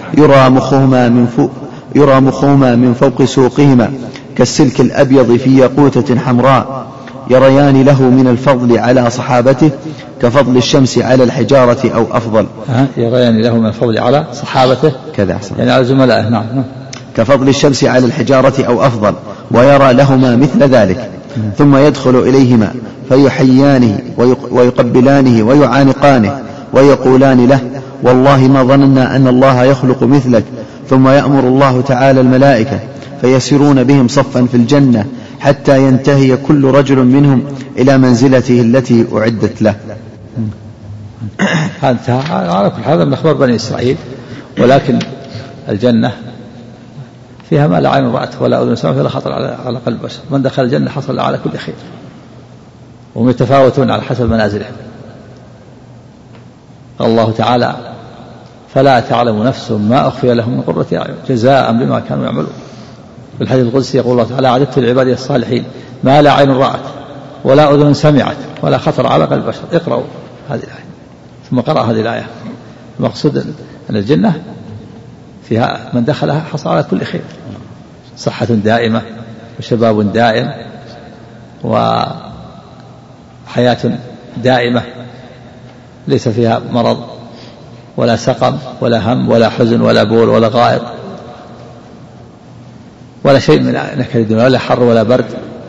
يرى مخهما من فوق سوقهما كالسلك الأبيض في ياقوتة حمراء يريان له من الفضل على صحابته كفضل الشمس على الحجارة أو أفضل. يريان له من الفضل على صحابته كذا أحسن. يعني على زملائه. نعم. كفضل الشمس على الحجارة أو أفضل ويرى لهما مثل ذلك ثم يدخل إليهما فيحيانه ويقبلانه ويعانقانه ويقولان له والله ما ظننا أن الله يخلق مثلك. ثم يأمر الله تعالى الملائكة فيسيرون بهم صفا في الجنة حتى ينتهي كل رجل منهم إلى منزلته التي أعدت له. هذا من أخبار بني إسرائيل. ولكن الجنة فيها ما لا عين رأت ولا أذن سمعت ولا خطر على قلب بشر. من دخل الجنة حصل على كل خير وهم يتفاوتون على حسب منازلهم. قال الله تعالى فلا تعلم نفس ما أخفي لهم من قرة أعين جزاء بما كانوا يعملون. في الحديث القدسي يقول الله تعالى أعددت لعبادي الصالحين ما لا عين رأت ولا أذن سمعت ولا خطر على قلب بشر. اقرأوا هذه الآية. ثم قرأ هذه الآية. المقصود أن الجنة فيها من دخلها حصل على كل خير، صحة دائمة وشباب دائم وحياة دائمة ليس فيها مرض ولا سقم ولا هم ولا حزن ولا بول ولا غائط ولا شيء من نكد الدنيا ولا حر ولا برد.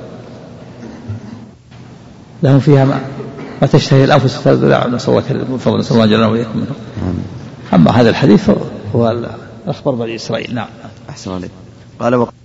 لهم فيها ما تشتهي الأنفس تلذ. نسأل الله جل وعلا منه. أما هذا الحديث هو الأخبار بني إسرائيل. نعم. أحسن عليك. قال